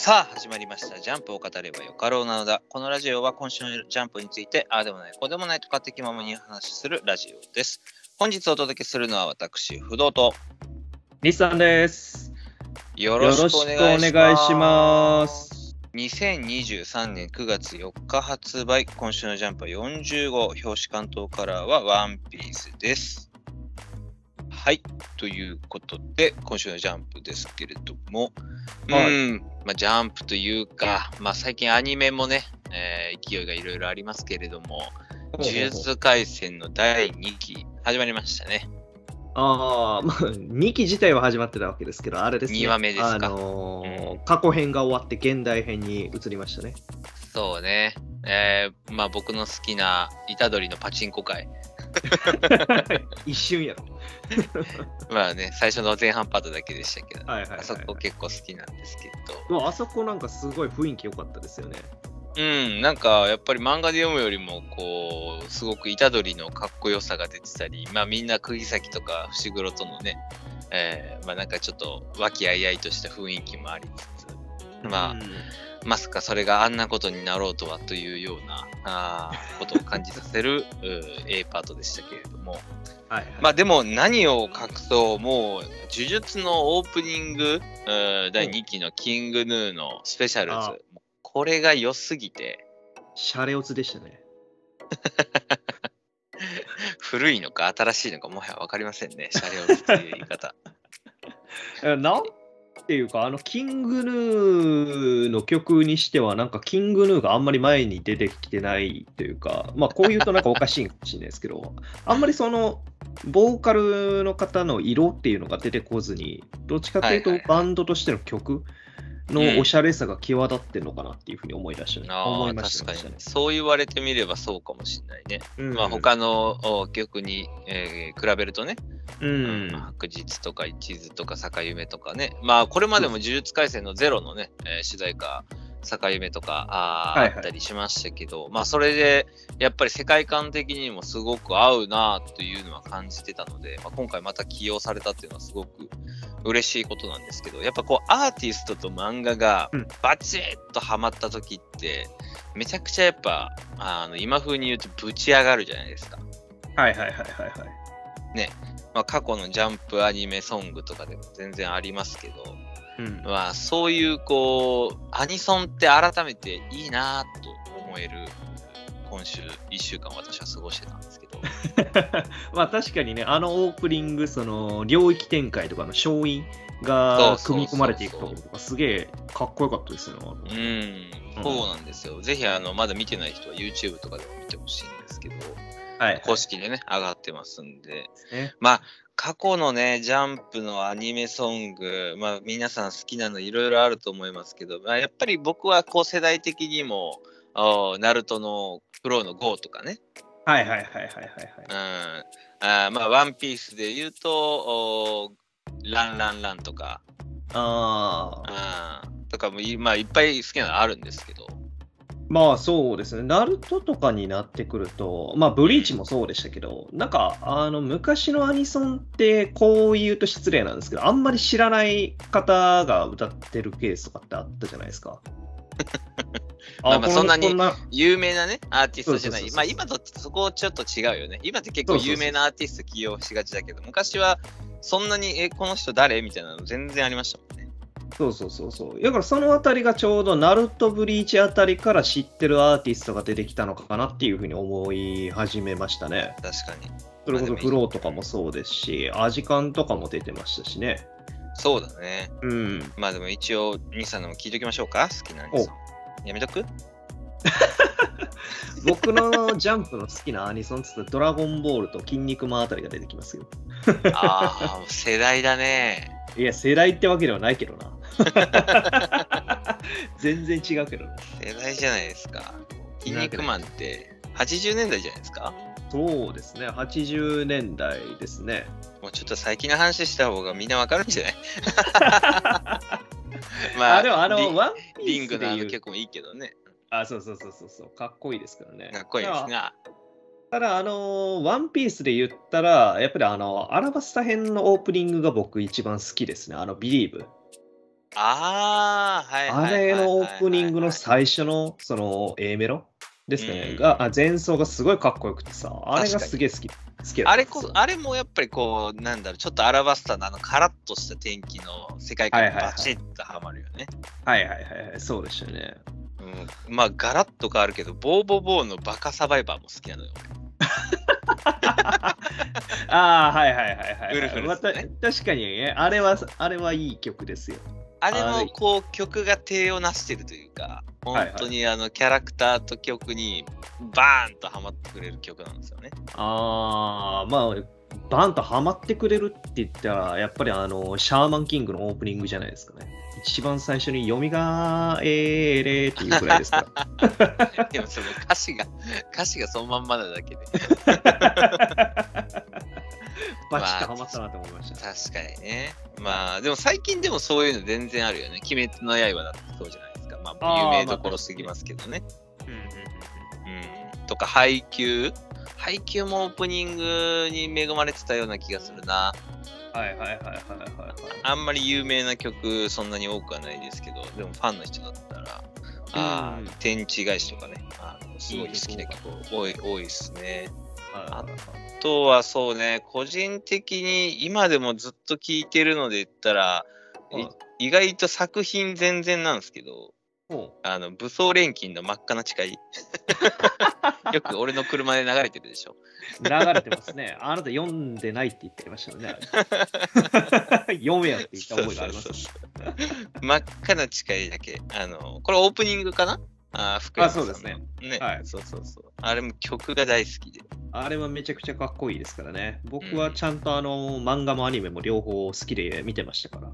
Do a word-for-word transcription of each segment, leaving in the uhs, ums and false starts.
さあ始まりました。ジャンプを語ればよかろうなのだ。このラジオは今週のジャンプについてああでもないこうでもないと勝手気ままに話しするラジオです。本日お届けするのは私不動と日産です。 よろしくお願いします。 ますにせんにじゅうさんねんくがつよっか発売。今週のジャンプはよんじゅうごう、表紙関東カラーはワンピースです。はい、ということで今週のジャンプですけれども、はい、うん、まあ、ジャンプというか、まあ、最近アニメもね、えー、勢いがいろいろありますけれども、呪術廻戦のだいにき始まりましたね。 ああ、まあ、にき自体は始まってたわけですけど、あれですね。 にわめですか。 あのーうん、過去編が終わって現代編に移りましたね。 そうね。えー、まあ僕の好きな虎杖のパチンコ界。 一瞬やろ。 まあね、最初の前半パートだけでしたけど、 はいはいはいはい、 あそこ結構好きなんですけど。もうあそこなんかすごい雰囲気良かったですよね。 うん、なんかやっぱり漫画で読むよりもこうすごく虎杖のかっこよさが出てたり、まあみんな釘崎とか伏黒とのね、えー、まあなんかちょっと和気あいあいとした雰囲気もありつつ、まあ、うん、まさかそれがあんなことになろうとはというようなあことを感じさせるA パートでしたけれども、はいはい、まあでも何を隠そう、もう呪術のオープニングだいにきのキングヌーのスペシャルズ、これが良すぎてシャレオツでしたね。 古いのか新しいのかもはや分かりませんね、シャレオツという言い方。 なんていうか、あのキングヌーの曲にしてはなんかキングヌーがあんまり前に出てきてないというか、まあこう言うとなんかおかしいかもしれないですけど、あんまりそのボーカルの方の色っていうのが出てこずに、どっちかというとバンドとしての曲のおしゃれさが際立ってるのかなっていうふうに思い出したね。 うん、思いましたね。確かにそう言われてみればそうかもしれないね。うん、まあ他の曲に、えー、比べるとね、うん、白日とか一途とか坂夢とかね、まあこれまでも呪術廻戦のゼロのね、えー、主題歌坂夢とか あ,、はいはい、あったりしましたけど、まあそれでやっぱり世界観的にもすごく合うなというのは感じてたので、まあ、今回また起用されたっていうのはすごく嬉しいことなんですけど、やっぱこうアーティストと漫画がバチッとハマった時ってめちゃくちゃやっぱあの今風に言うとぶち上がるじゃないですか。 はいはいはいはいはいね、まあ、過去のジャンプアニメソングとかでも全然ありますけど、うん、まあそういうこうアニソンって改めていいなと思える今週いっしゅうかん私は過ごしてたんですけどまあ確かにね、あのオープニング、その領域展開とかの勝因が組み込まれていくところとかすげえかっこよかったですよね。うん、そうなんですよ。ぜひあのまだ見てない人は YouTube とかでも見てほしいんですけど、はいはい、公式でね上がってますんで、ね、まあ過去のねジャンプのアニメソング、まあ皆さん好きなのいろいろあると思いますけど、まあ、やっぱり僕はこう世代的にもナルトのフローの ゴー とかね、 はいはいはいはいはいはい、 うん、あまあワンピースで言うとランランランとかああとかもまあいっぱい好きなのあるんですけど、 まあそうですね、ナルトとかになってくると、まあブリーチもそうでしたけど、なんかあの昔のアニソンってこう言うと失礼なんですけど、あんまり知らない方が歌ってるケースとかってあったじゃないですか。 まあまあそんなに有名なねアーティストじゃない。まあ今とそこちょっと違うよね。今って結構有名なアーティスト起用しがちだけど、昔はそんなにえこの人誰みたいなの全然ありましたもんね。 そうそうそうそう。だからそのあたりがちょうどナルトブリーチあたりから知ってるアーティストが出てきたのかなっていうふうに思い始めましたね。 確かに。 それこそフローとかもそうですし、アジカンとかも出てましたしね。 そうだね。 うん。 まあでも一応兄さんのも聞いておきましょうか。好きなアニソン。やめとく僕のジャンプの好きなアニソンっつってドラゴンボールと筋肉マンあたりが出てきますよ。 ああ、世代だね。 いや、世代ってわけではないけどな。全然違うけどね。 世代じゃないですか。筋肉マンってはちじゅうねんだいじゃないですか。 そうですね、はちじゅうねんだいですね。 もうちょっと最近の話した方がみんなわかるんじゃないまあ、あでもあのリワンピースリングのあの曲もいいけどね。 あ、そうそうそうそうそう、かっこいいですからね。 かっこいいですが。 ただ、あの、ワンピースで言ったら、やっぱりあの、アラバスタ編のオープニングが僕一番好きですね。あの、ビリーブ。 ああ、はいはいはいはい、はい。 あれのオープニングの最初の、その A メロですかね、 うん、 が、あ前奏がすごいかっこよくてさ、あれがすげえ好き。好きだあれこそ、あれもやっぱりこう、なんだろう、ちょっとアラバスタのあのカラッとした天気の世界観にバチッとはまるよね。 はいはいはいはい、そうでしたね。 うん、まあ、ガラッと変わるけど、ボーボーボーのバカサバイバーも好きなのよ。 ああ、はいはいはいはい、 ウルフルスね、 また確かにね、あれは、あれはいい曲ですよ。 あれもこう曲が手をなしてるというか、本当にあのキャラクターと曲にバーンとハマってくれる曲なんですよね。 ああ、まあ、バーンとハマってくれるって言ったら、やっぱりあの、シャーマンキングのオープニングじゃないですかね。一番最初に、よみがえれっていうくらいですから。 でもその歌詞が、歌詞がそのまんまなだけで。 バチッとハマったなと思いました、 まあ。確かにね。まあ、でも最近でもそういうの全然あるよね。鬼滅の刃だってそうじゃないですか。まあ、有名どころすぎますけどね。うんうんうんうん。とか、配給配給もオープニングに恵まれてたような気がするな。 はいはいはいはいはい、はい。 あんまり有名な曲そんなに多くはないですけど、でもファンの人だったら、ああ、天地返しとかね、あのすごい好きな曲多い、多いですね。あとはそうね、個人的に今でもずっと聴いてるので言ったら、意外と作品全然なんですけど、あの武装錬金の真っ赤な誓い。よく俺の車で流れてるでしょ。 流れてますね。あなた読んでないって言ってましたよね。読めよって言った覚えがあります。そうそうそう真っ赤な誓いだけ。あの、これオープニングかな？あ、福山さんの。あ、そうですね。ね、はい。そうそうそう。あれも曲が大好きで。 あれはめちゃくちゃかっこいいですからね。僕はちゃんとあの、うん、漫画もアニメも両方好きで見てましたから。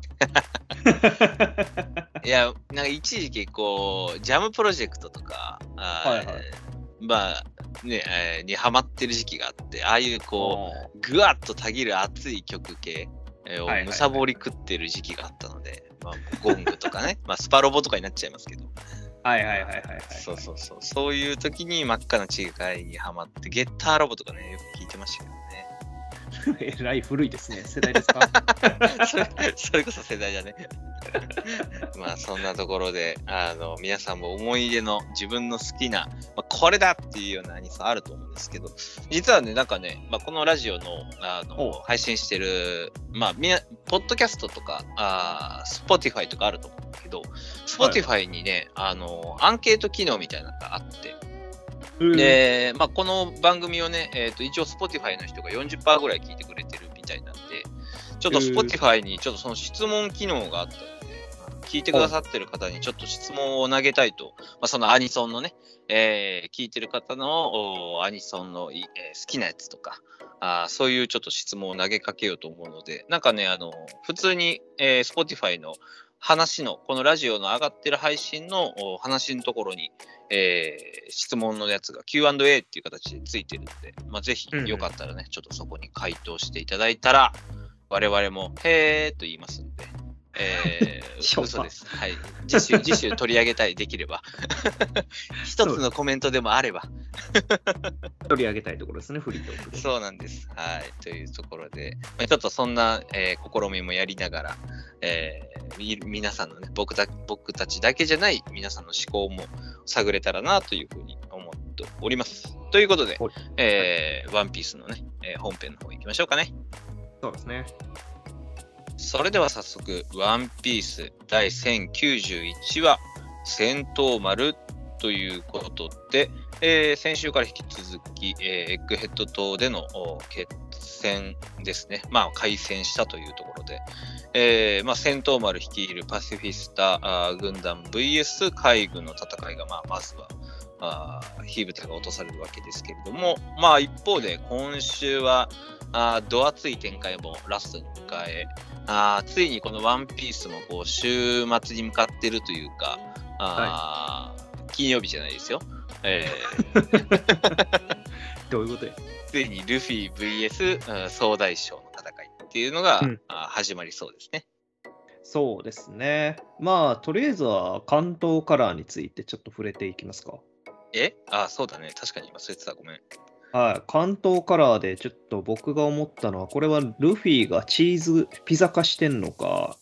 いや、なんか一時期こう、ジャムプロジェクトとか、あ、はいはい、まあね、えー、にハマってる時期があって、ああいうこう、ぐわっとたぎる熱い曲系をむさぼり食ってる時期があったので、まあ、ゴングとかね、まあスパロボとかになっちゃいますけど。 はいはいはいはい、はい。 そうそうそう。そういう時に真っ赤な違いにハマって、ゲッターロボとかね、よく聞いてましたけどね。 えらい古いですね。世代ですか？ それそれこそ世代だね。まあそんなところで、あの皆さんも思い出の自分の好きな、まあ、これだっていうようなアニソンあると思うんですけど、実はね、なんかね、まあ、このラジオのあの配信してる、まあ、みなポッドキャストとか、あ Spotify とかあると思うんだけど、Spotify にね、はい、あのアンケート機能みたいなのがあって、で、まあ、この番組をね、えー、と一応 Spotify の人が よんじゅっパーセント ぐらい聞いてくれてるみたいなんで、ちょっと Spotify にちょっとその質問機能があったので、聞いてくださってる方にちょっと質問を投げたいと、まあ、そのアニソンのね、えー、聞いてる方のアニソンの、えー、好きなやつとか、あそういうちょっと質問を投げかけようと思うので、なんかね、あの普通に、えー、Spotify の話の、このラジオの上がってる配信の話のところに、えー、質問のやつが キューアンドエー っていう形でついてるので、まあ、ぜひよかったらね、うん、ちょっとそこに回答していただいたら、我々もへーと言いますので、えー、嘘です。はい。次週、次週取り上げたい、できれば。一つのコメントでもあれば。 取り上げたいところですね、フリートークで。 そうなんです。はい。というところで、まあ、ちょっとそんな、えー、試みもやりながら、えー、皆さんのね、僕た、僕たちだけじゃない皆さんの思考も探れたらなというふうに思っております。ということで、えー、ワンピースのね、えー、本編の方行きましょうかね。 そうですね。 それでは早速、ワンピースだいせんきゅうじゅういちわ、戦闘丸ということで、えー、先週から引き続き、えー、エッグヘッド島での決戦ですね。まあ、開戦したというところで、えーまあ、戦闘丸率いるパシフィスタ軍団 ブイエス 海軍の戦いが、まあ、まずは、あ火蓋が落とされるわけですけれども、まあ、一方で今週は、あど熱い展開もラストに迎え、あついにこのワンピースもこう週末に向かってるというか、あ、はい、金曜日じゃないですよ。えー、どういうことや。 ついにルフィ ブイエス 総大将の戦いっていうのが、うん、始まりそうですね。 そうですね。まあ、とりあえずは関東カラーについてちょっと触れていきますか。 えあ、そうだね。確かに今、そう言ってた。ごめん。 はい、関東カラーでちょっと僕が思ったのは、これはルフィがチーズピザ化してんのか、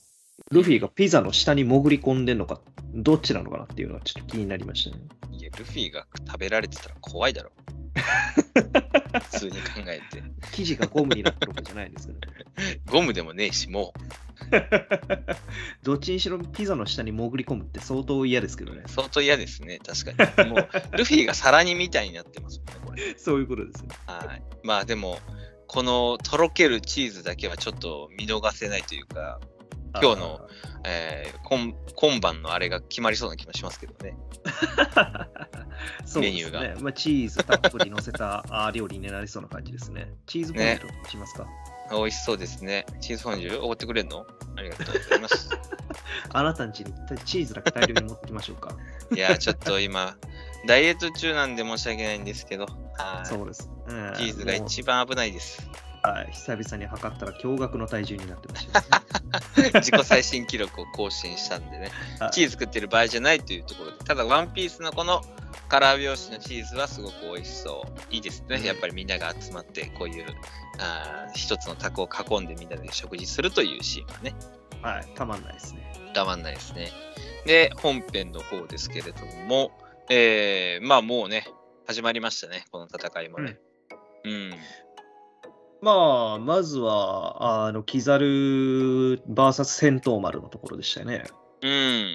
ルフィがピザの下に潜り込んでんのか、どっちなのかなっていうのはちょっと気になりましたね。 いや、ルフィが食べられてたら怖いだろ。普通に考えて。 生地がゴムになってるわけじゃないんですけど、ね、 ゴムでもねえし、もう。 どっちにしろピザの下に潜り込むって相当嫌ですけどね。 相当嫌ですね、確かに。もう、ルフィが皿にみたいになってますもんね、これ。 そういうことですね。 はい。まあでも、このとろけるチーズだけはちょっと見逃せないというか、今日の、えー、今今晩のあれが決まりそうな気もしますけどね。 そうですね。メニューが。まあ、チーズたっぷり乗せたあ料理になりそうな感じですね。チーズフォンデュしますか、ね、 美味しそうですね。チーズフォンデュおごってくれるの？ありがとうございます。 あなたんちにチーズだけ大量に持ってきましょうか。 いや、ちょっと今、ダイエット中なんで申し訳ないんですけど、 はいそうです、 うん。チーズが一番危ないです。 はい、久々に測ったら驚愕の体重になってました、 ね。自己最新記録を更新したんでね、はい、チーズ作ってる場合じゃないというところで、ただワンピースのこのカラー拍子のチーズはすごく美味しそう。いいですね。うん、やっぱりみんなが集まってこういうあ一つの卓を囲んでみんなで食事するというシーンがね。 はい、たまんないですね。 たまんないですね。で、本編の方ですけれども、えー、まあもうね、始まりましたね、この戦いもね。うん。うんまあ、まずは、あの、キザル ブイエス 戦闘丸のところでしたよね。 うん。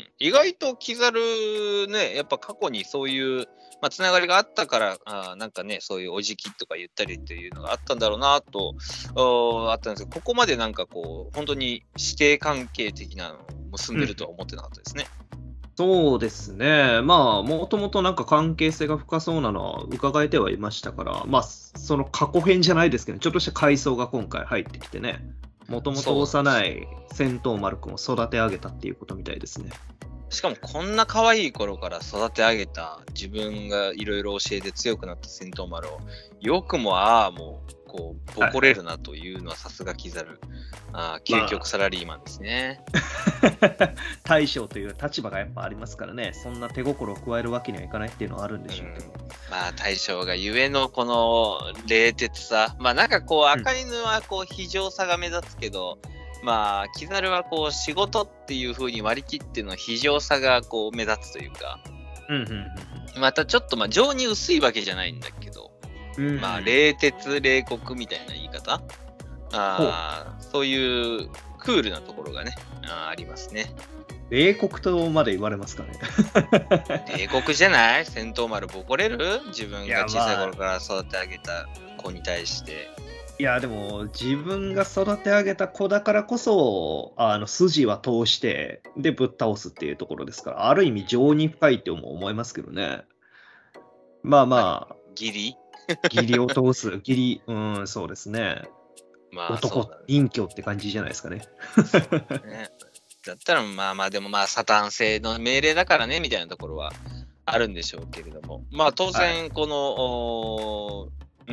意外とキザルね、やっぱ過去にそういう、まあ、つながりがあったから、あなんかね、そういうおじきとか言ったりっていうのがあったんだろうなと、あったんですけど、ここまでなんかこう、本当に師弟関係的なのを結んでるとは思ってなかったですね。うんそうですね。まあ、もともとなんか関係性が深そうなのは伺えてはいましたから、まあ、その過去編じゃないですけど、ちょっとした回想が今回入ってきてね、もともと幼い戦闘丸くんを育て上げたっていうことみたいですね。 しかもこんな可愛い頃から育て上げた自分がいろいろ教えて強くなった戦闘丸をよくもああもうこうボコれるなというのはさすがキザル、あ究極サラリーマンですね、 まあ、大将という立場がやっぱありますからね、そんな手心を加えるわけにはいかないっていうのはあるんでしょうけど、うん、 まあ大将がゆえのこの冷徹さ、まあなんかこう赤犬はこう非常さが目立つけど、うん、まあキザルはこう仕事っていう風に割り切っての非常さがこう目立つというか、 うんうんうん、 またちょっとまあ情に薄いわけじゃないんだけど、うん、まあ冷徹冷酷みたいな言い方、あそういうクールなところがね あ, ありますね。 冷酷とまで言われますかね。 冷酷じゃない？戦闘丸ボコれる？自分が小さい頃から育て上げた子に対して。 いやでも自分が育て上げた子だからこそあの筋は通してでぶっ倒すっていうところですから、ある意味情に深いって思いますけどね。まあまあ義理義理を通す義理、うんそうですね。まあ男隠居って感じじゃないですかね。 ねだったらまあまあでもまあサタン制の命令だからねみたいなところはあるんでしょうけれども、まあ当然この、はい、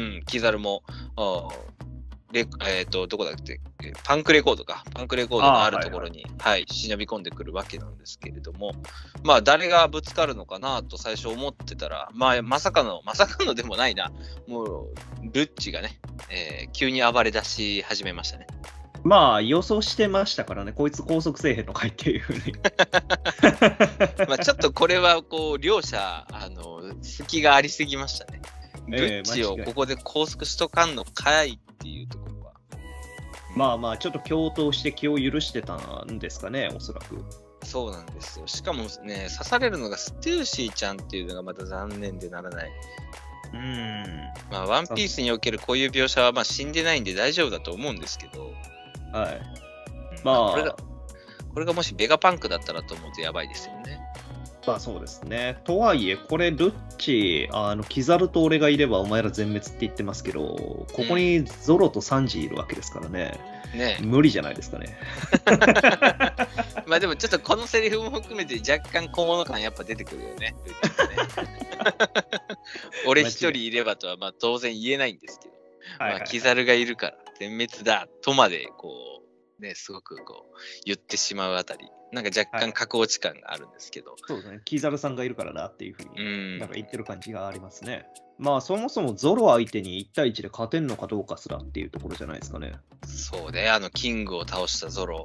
うんキザルもレえっ、ー、とどこだっけパンクレコードかパンクレコードがあるところに、はいはい、忍び込んでくるわけなんですけれども、まあ誰がぶつかるのかなと最初思ってたら、まあまさかのまさかのでもないな、もうルッチがね、えー、急に暴れ出し始めましたね。 まあ予想してましたからね、こいつ高速せえへんのかいっていうふうに。 まあちょっとこれはこう両者あの隙がありすぎましたね。ブッチをここで拘束しとかんのかいっていうところは。 まあまあちょっと共闘して気を許してたんですかね、おそらく。 そうなんですよ。しかもね、刺されるのがステューシーちゃんっていうのがまた残念でならない。 うーん。 まあワンピースにおけるこういう描写はまあ死んでないんで大丈夫だと思うんですけど。 はい。 まあこれが、これがもしベガパンクだったらと思うとやばいですよね。 まあそうですね。とはいえ、これ、ルッチ、あのキザルと俺がいればお前ら全滅って言ってますけど、ここにゾロとサンジいるわけですからね。 ね無理じゃないですかね。 まあでもちょっとこのセリフも含めて若干小物感やっぱ出てくるよね。ルッチね俺一人いればとはまあ当然言えないんですけど、はいはいはい、まあ、キザルがいるから全滅だとまでこう、ね、すごくこう言ってしまうあたり。なんか若干格落ち感があるんですけど、はい、 そうですね、キザルさんがいるからなっていうふうになんか言ってる感じがありますね。まあそもそもゾロ相手にいち対いちで勝てんのかどうかすらっていうところじゃないですかね。 そうね、あのキングを倒したゾロ、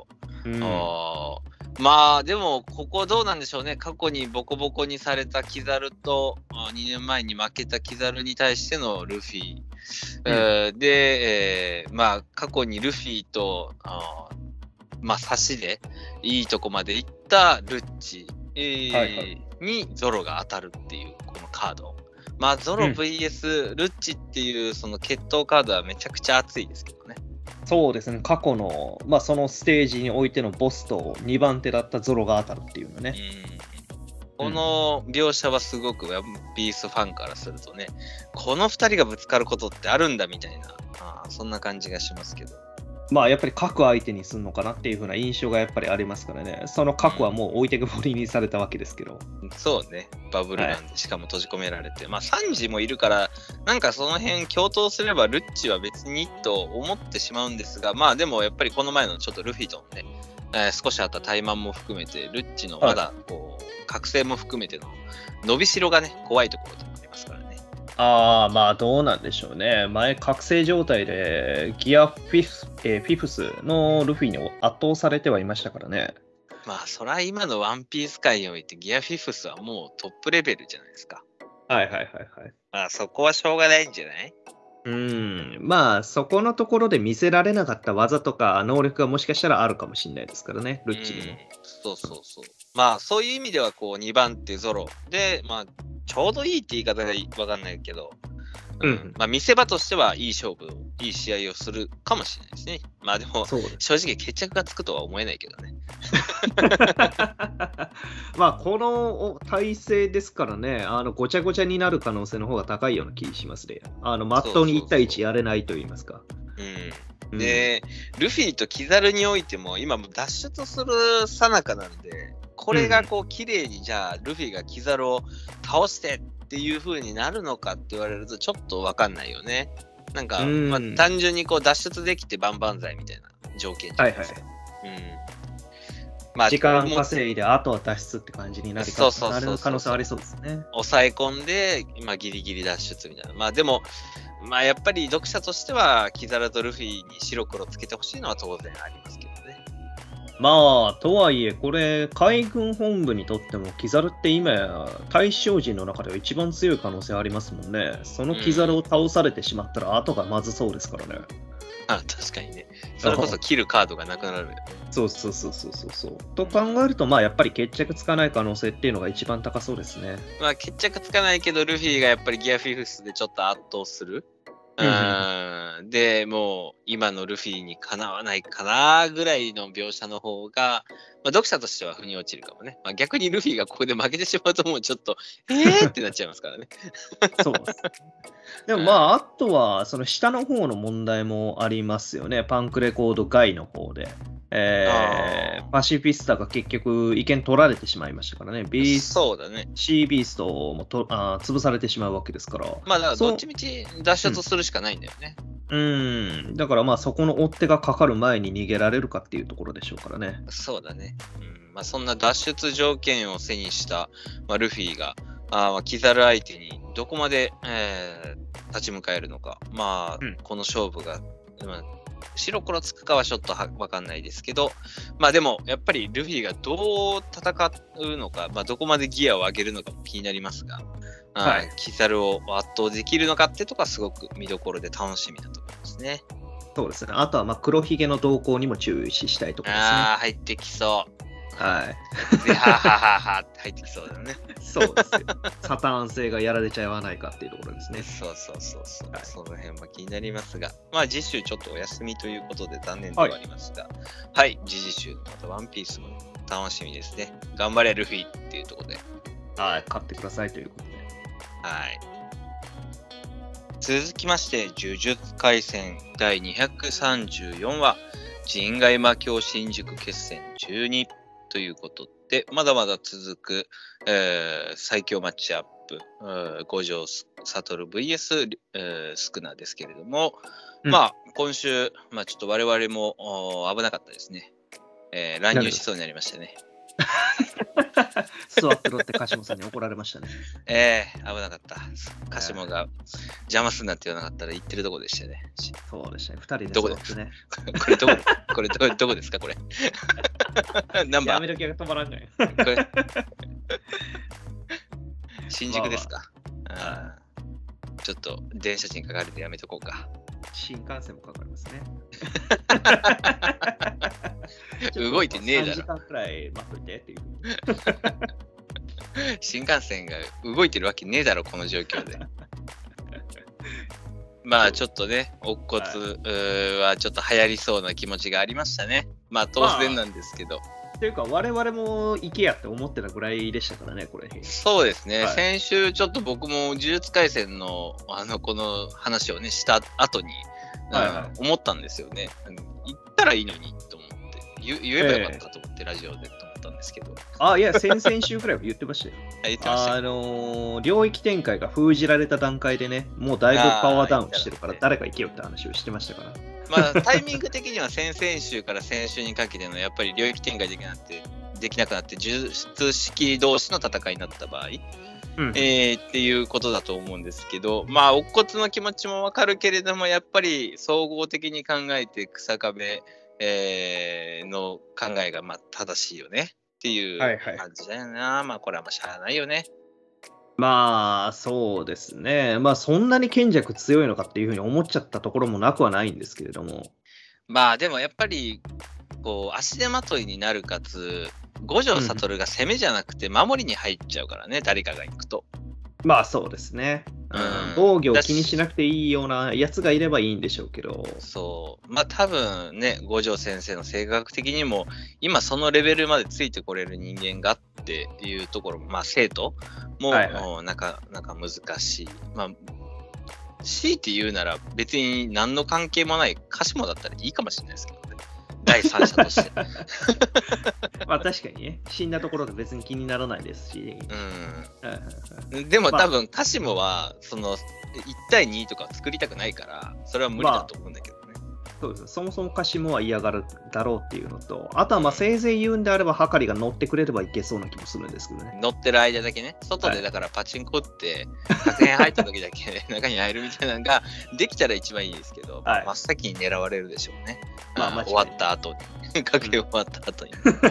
うん、あまあでもここどうなんでしょうね。過去にボコボコにされたキザルとにねんまえに負けたキザルに対してのルフィ、うんえー、で、えー、まあ過去にルフィとあまあ差しでいいとこまで行ったルッチ、えーはいはい、にゾロが当たるっていうこのカード。まあゾロ ブイエス ルッチっていうその決闘カードはめちゃくちゃ熱いですけどね。 そうですね、過去の、まあ、そのステージにおいてのボスとにばん手だったゾロが当たるっていうのね。 うん、この描写はすごくワンピースファンからするとね、このふたりがぶつかることってあるんだみたいな、あそんな感じがしますけど。 まあやっぱり核相手にするのかなっていう風な印象がやっぱりありますからね。その核はもう置いてけぼりにされたわけですけど。 うん、そうね。バブルなんで、はい、しかも閉じ込められて。まあサンジもいるから、なんかその辺共闘すればルッチは別にと思ってしまうんですが、まあでもやっぱりこの前のちょっとルフィとのね、えー、少しあった怠慢も含めて、ルッチのまだこう、はい、覚醒も含めての伸びしろがね、怖いところでもありますからね。 ああ、まあどうなんでしょうね。前、覚醒状態でギアフィフ、えー、フィフスのルフィに圧倒されてはいましたからね。 まあ、そら今のワンピース界においてギアフィフスはもうトップレベルじゃないですか。 はいはいはいはい。 まあそこはしょうがないんじゃない？ うん、まあそこのところで見せられなかった技とか能力がもしかしたらあるかもしれないですからね、ルッチにも。 そうそうそう。まあそういう意味ではこうにばん手ゾロで、まあちょうどいいって言い方がわかんないけど、うん、うん、まあ見せ場としてはいい勝負を、いい試合をするかもしれないですね。まあでも、正直決着がつくとは思えないけどね。 まあこの体制ですからね、あのごちゃごちゃになる可能性の方が高いような気がしますね。あの、まっとうにいち対いちやれないと言いますか。 うん。で、うん、ルフィとキザルにおいても今も脱出するさなかなんで、これがこう綺麗にじゃあルフィがキザルを倒してっていう風になるのかって言われるとちょっと分かんないよね。なんか、うんまあ、単純にこう脱出できて万々歳みたいな条件じゃないですか。はいはい。うんまあ、時間稼いであとは脱出って感じになる可能性ありそうですね。 抑え込んで、まあ、ギリギリ脱出みたいな。まあでも、まあやっぱり読者としてはキザルとルフィに白黒つけてほしいのは当然ありますけどね。 まあ、とはいえ、これ、海軍本部にとっても、キザルって今や大将陣の中では一番強い可能性ありますもんね。そのキザルを倒されてしまったら、後がまずそうですからね。 あ、確かにね。それこそ切るカードがなくなるよね。 そうそうそうそうそうそう。と考えると、まあ、やっぱり決着つかない可能性っていうのが一番高そうですね。 まあ、決着つかないけど、ルフィがやっぱりギアフィフスでちょっと圧倒する。うん、でもう今のルフィにかなわないかなぐらいの描写の方が、まあ、読者としては腑に落ちるかもね、まあ、逆にルフィがここで負けてしまうともうちょっとえーってなっちゃいますからね。 そうです。でもまああとはその下の方の問題もありますよね。パンクレコード外の方で。えー、パシフィスタが結局意見取られてしまいましたからね。ビースそうだね。 シービーストもとあ潰されてしまうわけですから。 まあだからどっちみち脱出するしかないんだよね。 うん、うんだからまあそこの追っ手がかかる前に逃げられるかっていうところでしょうからね。 そうだね。うんまあ、そんな脱出条件を背にした、まあ、ルフィがあキザル相手にどこまで、えー、立ち向かえるのか。まあ、うん、この勝負が、まあ白黒つくかはちょっとわかんないですけど、まあでもやっぱりルフィがどう戦うのか、まあどこまでギアを上げるのかも気になりますが、はい、キザルを圧倒できるのかってとこはすごく見どころで楽しみだと思いますね。 そうですね。あとはまあ黒ひげの動向にも注視したいところですね。 ああ、入ってきそう。 はい。 で、ははははって入ってきそうだよね。 そうですよ。サターン性がやられちゃわないかっていうところですね。 そうそうそうそう。はい、その辺は気になりますが、まあ次週ちょっとお休みということで残念ではありますが、はい、はい、次々週またワンピースも楽しみですね。頑張れルフィっていうところで。 はい、勝ってくださいということで。 はい。続きまして、呪術廻戦だいにひゃくさんじゅうよんわ、人外魔境新宿決戦じゅうにということで、まだまだ続く、えー、最強マッチアップ、えー、五条悟 ブイエス、えー、スクナですけれども、うん、まあ今週、まあ、ちょっと我々も危なかったですね。えー、乱入しそうになりましたね。 スワップロってカシモさんに怒られましたね。 ええー、危なかった。カシモが邪魔すんなって言わなかったら言ってるとこでしたね。 そうでしたね。二人でどこでね。 これどここれどどこですかこれ。 何番やめときが止まらんのよ。 これ新宿ですか、 まあまあ、 あちょっと電車賃かかるんでやめとこうか。 新幹線もかかりますね。 動いてねえだろ。 さんじかんくらい待っといてっていう。 新幹線が動いてるわけねえだろ、この状況で。まあちょっとね、乙骨はちょっと流行りそうな気持ちがありましたね。まあ当然なんですけど。まあ、というか、我々も行けやって思ってたぐらいでしたからね、これ。 そうですね、 はい、 先週ちょっと僕も呪術廻戦のあのこの話をね、した後に、はいはい、思ったんですよね。行ったらいいのにと思って、言, 言えばよかったと思って、えー、ラジオでと思ったんですけど。 あ、いや、先々週くらいは言ってましたよ。 言ってました。 あのー、領域展開が封じられた段階でね、もうだいぶパワーダウンしてるから、誰か行けよって話をしてましたから。 まあ、タイミング的には先々週から先週にかけてのやっぱり領域展開できなくなってできなくなって呪術式同士の戦いになった場合、うん、えー、っていうことだと思うんですけど、まあ乙骨の気持ちもわかるけれども、やっぱり総合的に考えて日下部、えー、の考えがまあ正しいよねっていう感じだよな、はいはい、まあこれはまあしゃあないよね。 まあそうですね、まあそんなに賢弱強いのかっていうふうに思っちゃったところもなくはないんですけれども、 まあでもやっぱりこう足手まといになるかつ五条悟が攻めじゃなくて守りに入っちゃうからね、うん、誰かが行くと。 まあそうですね、うん、防御を気にしなくていいようなやつがいればいいんでしょうけど、 そうまあ多分ね、五条先生の性格的にも今そのレベルまでついてこれる人間がっていうところも、まあ生徒も、はいはい、なかなか難しい。まあ強いて言うなら別に何の関係もない鹿島だったらいいかもしれないですけどね、第三者として。 まあ確かにね、死んだところで別に気にならないですし。 うん、でも多分鹿島はそのいち対にとか作りたくないからそれは無理だと思うんだけどね。まあ、 そうです。そもそも鹿島は嫌がるだろうっていうのと、あとはまあせいぜい言うんであればはかりが乗ってくれればいけそうな気もするんですけどね。 乗ってる間だけね、外でだからパチンコって確変入った時だけ中に入るみたいなのができたら一番いいですけど、はい、真っ先に狙われるでしょうね。まあ、まあ、終わった後に確変終わった後に。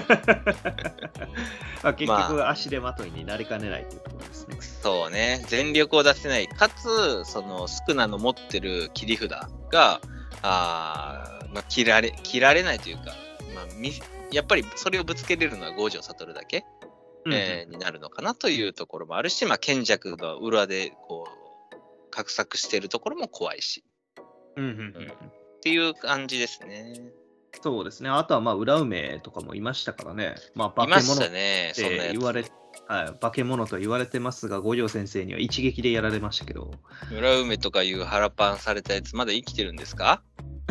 まあ結局足手まといになりかねないというところですね。 そうね、全力を出せない、かつそのスクナの持ってる切り札があ、まあ、切られ切られないというか、まあ、みやっぱりそれをぶつけれるのは五条悟だけ、うんえー、になるのかなというところもあるし、まあ、賢弱が裏でこう画策しているところも怖いし、 うんうんうんうん、 っていう感じですね。 そうですね。あとはまあ裏梅とかもいましたからね。まあ化け物って言われ、はい、化け物と言われてますが、五条先生には一撃でやられましたけど。 裏梅とかいう腹パンされたやつまだ生きてるんですか？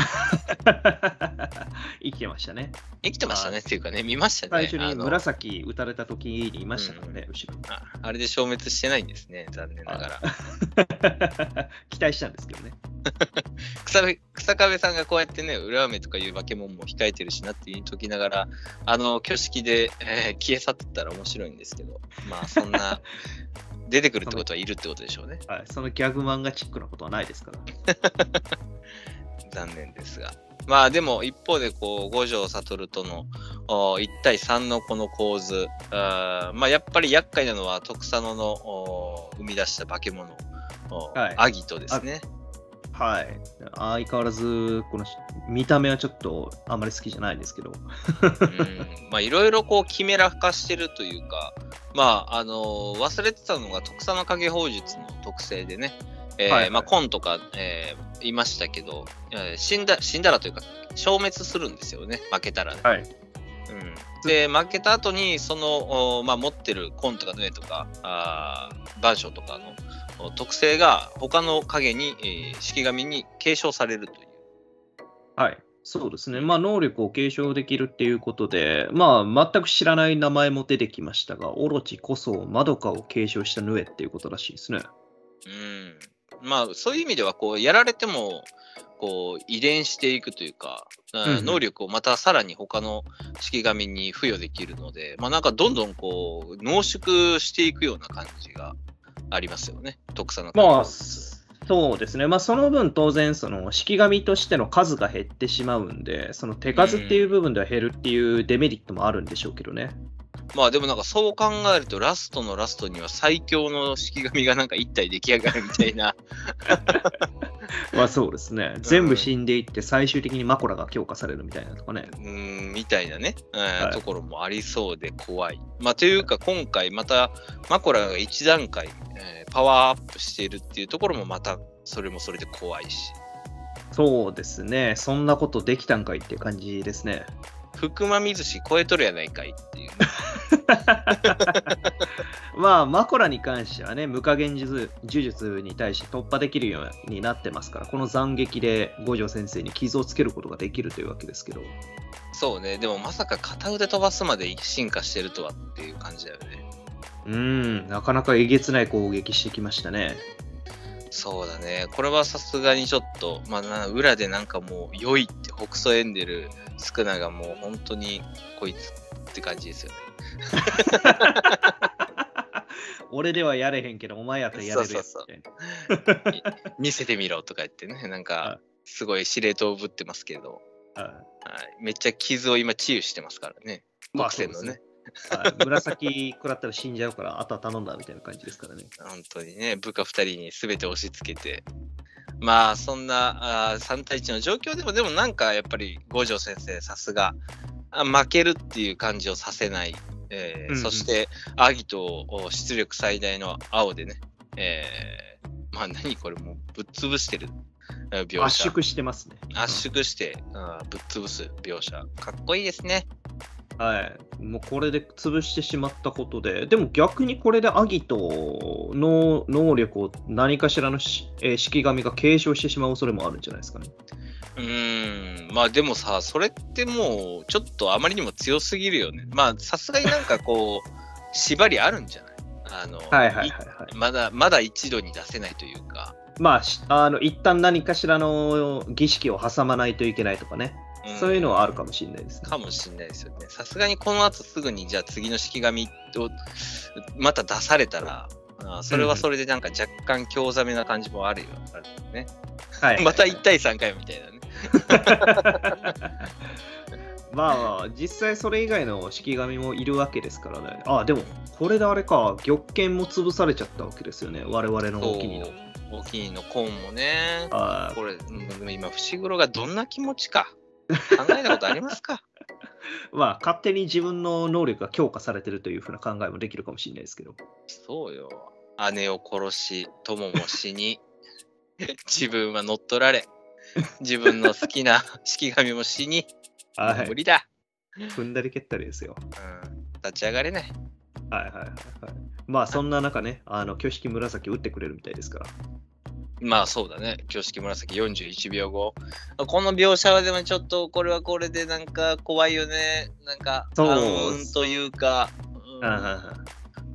生きてましたね。 生きてましたねっていうかね、見ましたね。 最初に紫撃たれた時にいましたからね、うん、後ろに。 あ。あれで消滅してないんですね、残念ながら。期待したんですけどね。 日下部さんがこうやってね、裏梅とかいう化け物も控えてるしなって言いときながら、あの挙式で、えー、消え去ってったら面白いんですけど、まあそんな出てくるってことはいるってことでしょうね。 はい、そのギャグ漫画チックなことはないですから。 残念ですが。まあでも一方でこう五条悟とのいち対さんのこの構図、あまあやっぱり厄介なのは徳佐野の生み出した化け物、はい、アギトですね。 はい。相変わらずこの見た目はちょっとあんまり好きじゃないんですけど。 うんまあいろいろこうキメラ化してるというか、まああのー、忘れてたのが徳佐野影法術の特性でね。えーはいはいまあ、コンとか、えー、いましたけど、えー、死んだ死んだらというか消滅するんですよね、負けたらね。 はいうん、 で負けた後にその、まあ、持ってるコンとかヌエとかあ万象とかの特性が他の影に、えー、式神に継承されるという。 はい、そうですね。まあ能力を継承できるっていうことで、まあ全く知らない名前も出てきましたが、オロチこそマドカを継承したヌエっていうことらしいですね。 うんまあ、そういう意味ではこうやられてもこう遺伝していくというか、うんうん、能力をまたさらに他の式神に付与できるので、まあ、なんかどんどんこう濃縮していくような感じがありますよね、徳佐の。 まあ、そそうですね、まあ、その分、当然、その式紙としての数が減ってしまうんで、その手数っていう部分では減るっていうデメリットもあるんでしょうけどね。 まあでもなんかそう考えると、ラストのラストには最強の式紙がなんか一体出来上がるみたいな。 まあそうですね、全部死んでいって最終的にマコラが強化されるみたいなとかね。 うーん、みたいなね、えーはいところもありそうで怖い。まあというか今回またマコラが一段階、えーパワーアップしているっていうところもまたそれもそれで怖いし。 そうですね、そんなことできたんかいって感じですね。 福間水氏超えとるやないかいっていう、ね。 まあ、マコラに関してはね、無加減呪術呪術に対して突破できるようになってますから、この斬撃で五条先生に傷をつけることができるというわけですけど。 そうね、でもまさか片腕飛ばすまで進化してるとはっていう感じだよね。 うーん、なかなかえげつない攻撃してきましたね。 そうだね、これはさすがにちょっと、まあ、な裏でなんかもう、良いって北総エンデル、スクナがもう本当にこいつって感じですよね。 俺ではやれへんけど、お前やったらやれるやつみたいな。 見せてみろとか言ってね、なんか、すごい司令塔をぶってますけど、 はいはい、めっちゃ傷を今治癒してますからね、 まあ国戦のね。 はい、紫食らったら死んじゃうから、あとは頼んだみたいな感じですからね。 本当にね、部下ふたりに全て押し付けて、まあそんなあさん対いちの状況でも、でもなんかやっぱり五条先生、さすがあ負けるっていう感じをさせない、えーうんうん、そしてアギトを出力最大の青でね、えー、まあ何これもうぶっ潰してる描写。 圧縮してますね。 圧縮して、うん、ぶっ潰す描写。かっこいいですね。 はい、もうこれで潰してしまったことで、でも逆にこれでアギトの能力を何かしらのし、えー、式神が継承してしまう恐れもあるんじゃないですかね。 うーん、まあでもさ、それってもうちょっとあまりにも強すぎるよね。まあさすがになんかこう、縛りあるんじゃない？あの、 はいはいはいはい。 まだ、まだ一度に出せないというか。 まあ、あの一旦何かしらの儀式を挟まないといけないとかね。うん、そういうのはあるかもしれないですね。 かもしれないですよね。さすがにこの後すぐにじゃあ次の式紙をまた出されたら、あそれはそれでなんか若干興ざめな感じもあるよ、あるね。はい。またいち対さんかよみたいなね。 まあ、実際それ以外の式紙もいるわけですからね。あ、でも、これであれか、玉剣も潰されちゃったわけですよね。我々のお気に入りの。お気に入りのコーンもね。あこれ、今、伏黒がどんな気持ちか。考えたことありますか？ まあ、勝手に自分の能力が強化されてるというふうな考えもできるかもしれないですけど。 そうよ。姉を殺し、友も死に、自分は乗っ取られ、自分の好きな式神も死に、はい、無理だ。 踏んだり蹴ったりですよ。 うん、立ち上がれない。 はいはいはいはい。まあ、そんな中ね、あの挙式紫打ってくれるみたいですから。 まあそうだね。挙式紫よんじゅういちびょうご。この描写はでもちょっとこれはこれでなんか怖いよね。なんか、 そううんというか、うん、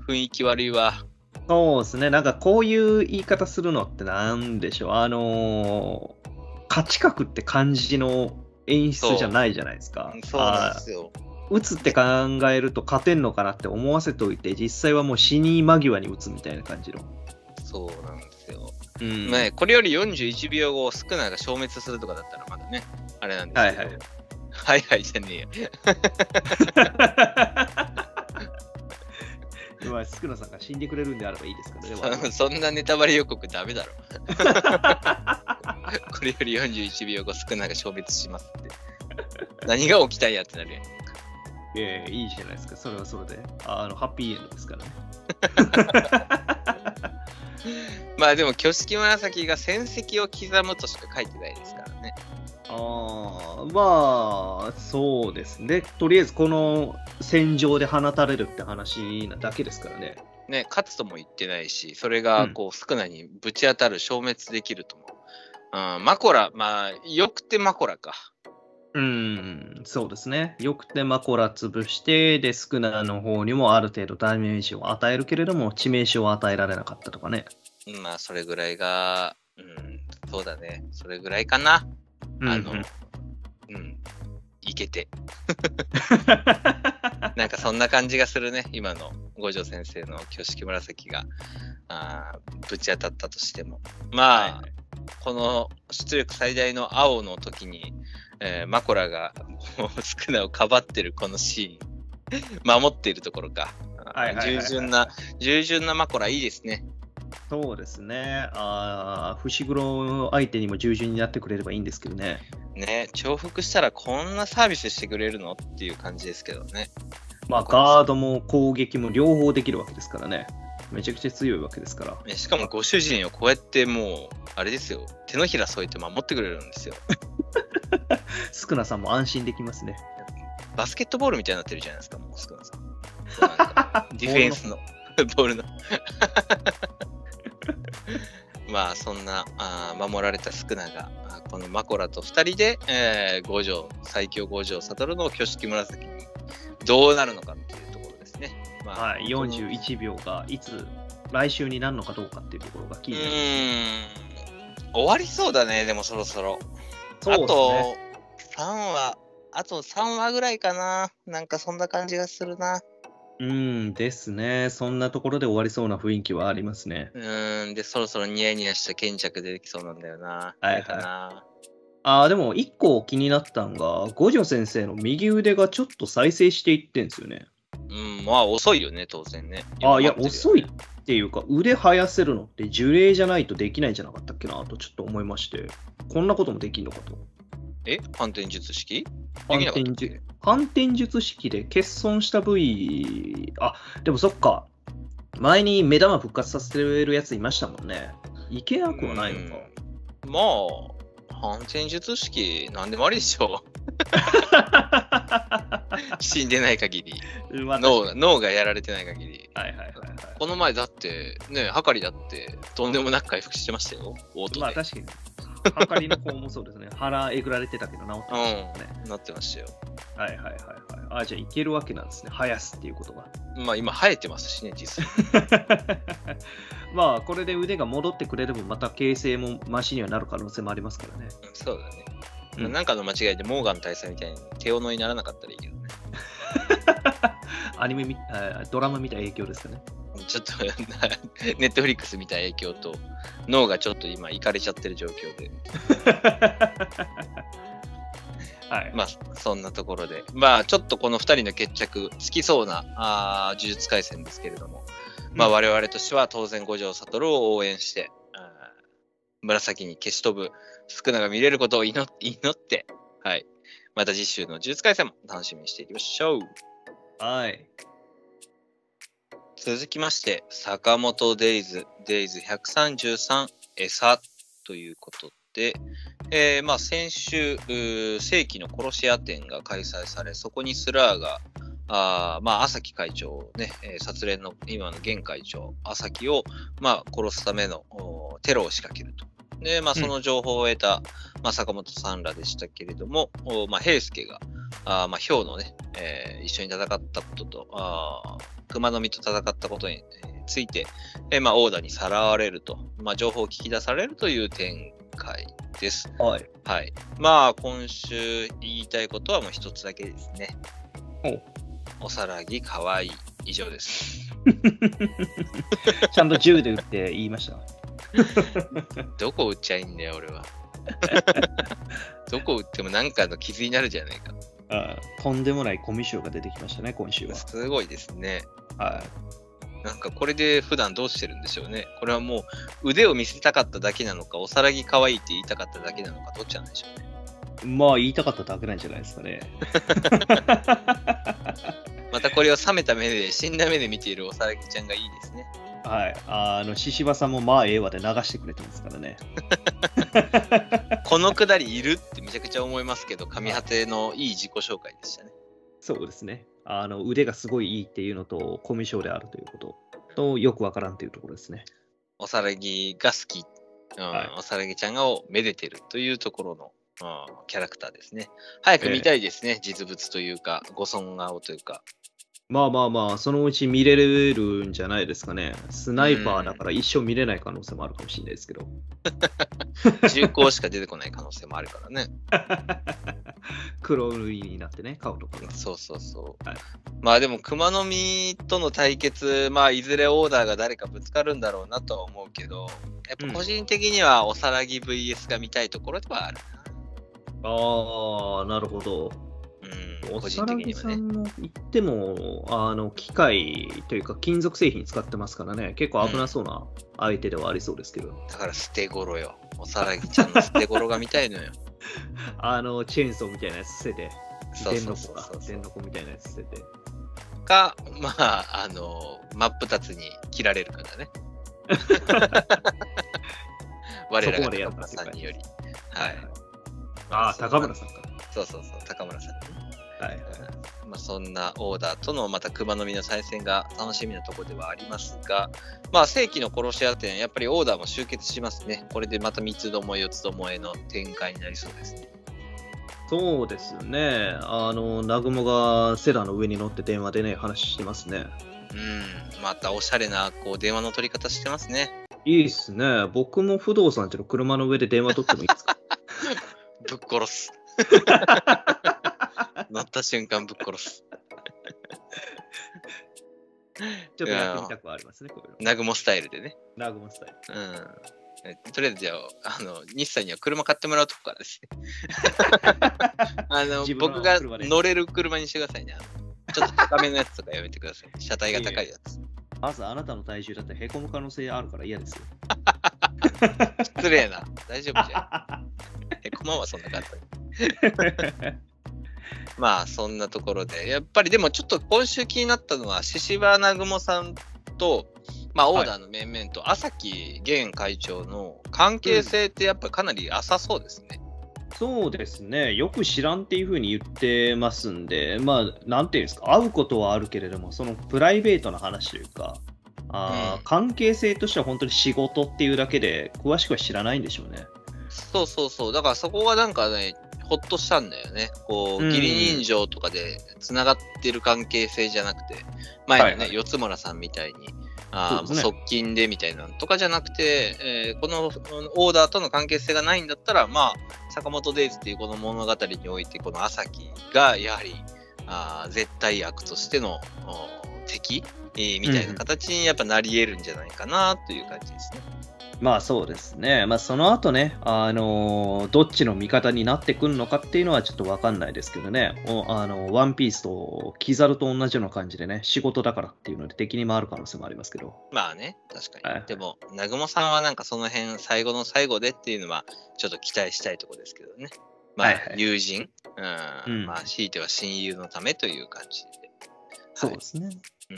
雰囲気悪いわ。 そうですね。なんかこういう言い方するのってなんでしょう。あのー、価値格って感じの演出じゃないじゃないですか。 そうなんですよ。 打つって考えると勝てんのかなって思わせておいて、実際はもう死に間際に打つみたいな感じの。 そうなんですよ。うんね、これよりよんじゅういちびょうごスクナが消滅するとかだったらまだね、あれなんですけど。はいはい。はいはいじゃねえよ。 まあ、スクナさんが死んでくれるんであればいいですけどね。そんなネタバレ予告ダメだろ。これよりよんじゅういちびょうごスクナが消滅しますって。何が起きたんやってなるやん。 ええ、いいじゃないですか。それはそれで。あの、ハッピーエンドですからね。 まあでも、挙式紫が戦績を刻むとしか書いてないですからね。 ああ、まあ、そうですね。とりあえず、この戦場で放たれるって話なだけですからね。 ね、勝つとも言ってないし、それがこう、スクナにぶち当たる、消滅できるとも。うん、マコラ、まあ、よくてマコラか。 うん、そうですね。よくてマコラ潰して、で、スクナの方にもある程度ダメージを与えるけれども、致命傷を与えられなかったとかね。 まあ、それぐらいが、うん、そうだね。それぐらいかな。うんうん、あの、うん、いけて。なんかそんな感じがするね。今の五条先生の挙式紫が。 あぶち当たったとしても。まあ、はいはい、この出力最大の青の時に、えー、マコラがもうスクナをかばってるこのシーン、守っているところか。従順な、従順なマコラいいですね。 そうですね。あ伏黒相手にも従順になってくれればいいんですけどね。 ね、重複したらこんなサービスしてくれるのっていう感じですけどね。 まあ、ガードも攻撃も両方できるわけですからね。めちゃくちゃ強いわけですから。 しかもご主人をこうやってもう、あれですよ、手のひら添えて守ってくれるんですよ。 スクナさんも安心できますね。 バスケットボールみたいになってるじゃないですか、もうスクナさん。ディフェンスのボールの。まあそんなあ守られたスクナがこのマコラとふたりで、えー、五条最強五条悟の挙式紫にどうなるのかっていうところですね。 まあ、はい、よんじゅういちびょうがいつ来週になるのかどうかっていうところが気になります、ね。 うーん終わりそうだね。でもそろそろ。そうですね、あとさんわあとさんわぐらいかな。なんかそんな感じがするな。 うんですね。そんなところで終わりそうな雰囲気はありますね。 うんでそろそろニヤニヤした賢着出てきそうなんだよな。はいはい。 ああでもいっこ気になったんが五条先生の右腕がちょっと再生していってんですよね。 うんまあ遅いよね当然ね。 あいや遅いっていうか腕生やせるのって呪霊じゃないとできないんじゃなかったっけなとちょっと思いまして、こんなこともできんのかと。 え反転術式反転術反転術式で欠損した部位、あ、でもそっか。前に目玉復活させるやついましたもんね。いけなくはないのか。 まあ、反転術式なんでもありでしょう。死んでない限り脳が、脳がやられてない限り。はいはいはい、はい。この前だって、ね、はかりだってとんでもなく回復してましたよ。オートで。 まあ確かに。はかりの方もそうですね。腹えぐられてたけど治ってましたね、 うん。なってましたよ。 はいはいはいはい。あ、じゃあいけるわけなんですね。生やすっていうことが。 まあ今生えてますしね、実際。 まあこれで腕が戻ってくれればまた形成もマシにはなる可能性もありますからね。 そうだね。うん、なんかの間違いでモーガン大佐みたいに手斧にならなかったらいいけどね。 アニメみあドラマみたいな影響ですかね。 ちょっとネットフリックスみたいな影響と脳がちょっと今いかれちゃってる状況で。はい、まあそんなところでまあちょっとこのふたりの決着つきそうなあ呪術廻戦ですけれども、うん、まあ我々としては当然五条悟を応援して紫に消し飛ぶスクナが見れることを祈って、はい、また次週の呪術廻戦も楽しみにしていきましょう。 はい。 続きまして、坂本デイズ、デイズひゃくさんじゅうさん餌ということで、えー、まあ先週、世紀の殺し屋展が開催され、そこにスラーが、あまあ、朝木会長ね、えー、殺連の今の現会長、朝木を、まあ、殺すためのテロを仕掛けると。で、まあ、その情報を得た、うんまあ、坂本さんらでしたけれども、まあ、平助が、あまあ、兵のね、えー、一緒に戦ったことと、あ熊の実と戦ったことについて、えーまあ、オーダーにさらわれると、まあ、情報を聞き出されるという展開です。 はい。 はい。まあ、今週言いたいことはもう一つだけですね。おさらぎかわいい。以上です。 ちゃんと銃で撃って言いました。 どこ撃っちゃいいんだよ、俺は。どこ撃っても何かの傷になるじゃないか。 ああとんでもないコミュ障が出てきましたね、今週は。 すごいですね。 はい。 なんかこれで普段どうしてるんでしょうね。これはもう腕を見せたかっただけなのか、おさらぎかわいいって言いたかっただけなのか、どっちなんでしょうね。 まあ言いたかっただけなんじゃないですかね。 またこれを冷めた目で、死んだ目で見ているおさらぎちゃんがいいですね。 はい。あの、獅子場さんもまあええわで流してくれてますからね。 このくだりいるってめちゃくちゃ思いますけど、上果てのいい自己紹介でしたね。 そうですね。あの腕がすごいいいっていうのと、コミュ障であるということと、よくわからんというところですね。 おさらぎが好き、うんはい、おさらぎちゃんがをめでてるというところの、うん、キャラクターですね。早く見たいですね、えー、実物というか、ご尊顔というか。 まあまあまあ、そのうち見れるんじゃないですかね。スナイパーだから一生見れない可能性もあるかもしれないですけど。 銃口しか出てこない可能性もあるからね。 黒塗りになってね、顔とかが。 そうそうそう。 はい、 まあでも、熊の実との対決、まあ、いずれオーダーが誰かぶつかるんだろうなとは思うけど、やっぱ個人的にはおさらぎ ブイエス が見たいところではあるな。ああ、なるほど。うん、おさらぎさんの言っても、あの機械というか金属製品使ってますからね、結構危なそうな相手ではありそうですけど。うん、 だから捨て頃よ。おさらぎちゃんの捨て頃が見たいのよ。 あのチェーンソーみたいなやつ捨てて、電の子か、電の子みたいなやつ捨てて。 か、まあ、あの、真っ二つに切られるからね。我らが高村さんにより。はい。 ああ、高村さんか。 そうそうそう、高村さん、ね。 はいはい。 まあ、そんなオーダーとのまた熊の実の再戦が楽しみなところではありますが、まあ、世紀の殺し屋展、やっぱりオーダーも集結しますね。これでまた三つどもえ、四つどもえの展開になりそうですね。 そうですね。あの、南雲がセダの上に乗って電話でね、話してますね。 うん、またおしゃれなこう電話の取り方してますね。 いいっすね。僕も不動産ちの車の上で電話取ってもいいですか？ ぶっ殺す。乗った瞬間ぶっ殺す。 ちょっとやってみたくはありますね、こういうの。 南雲スタイルでね。 南雲スタイル。 うん。とりあえずじゃあ、あの、日産には車買ってもらうとこからですね。あの、僕が乗れる車にしてくださいね。ちょっと高めのやつとかやめてください。車体が高いやつ。 まずあなたの体重だってへこむ可能性あるから嫌ですよ。 失礼な。大丈夫じゃん。へこまんはそんな簡単に。まあ、そんなところで。やっぱりでもちょっと今週気になったのは、獅子場南雲さんと、まあ、オーダーの面々と、朝木現会長の関係性ってやっぱかなり浅そうですね。 うん、そうですね。よく知らんっていうふうに言ってますんで、まあ、なんていうんですか、会うことはあるけれども、そのプライベートな話というか、あ、うん、関係性としては本当に仕事っていうだけで、詳しくは知らないんでしょうね。 そうそうそう。だからそこがなんかね、ほっとしたんだよね。こう、義理人情とかでつながってる関係性じゃなくて、前のね、はいはい、四つ村さんみたいに、あ、ね、側近でみたいなのとかじゃなくて、えー、このオーダーとの関係性がないんだったら、まあ、坂本デイズっていうこの物語において、この朝木がやはりあ絶対悪としての敵、えー、みたいな形にやっぱなり得るんじゃないかなという感じですね。 うん、まあそうですね。まあその後ね、あのー、どっちの味方になってくるのかっていうのはちょっとわかんないですけどね。おあのワンピースとキザルと同じような感じでね、仕事だからっていうので敵に回る可能性もありますけど。 まあね、確かに。はい、でも、南雲さんはなんかその辺最後の最後でっていうのはちょっと期待したいところですけどね。まあ、はいはい、友人、うん、うん、まあ強いては親友のためという感じで。 そうですね。 うん。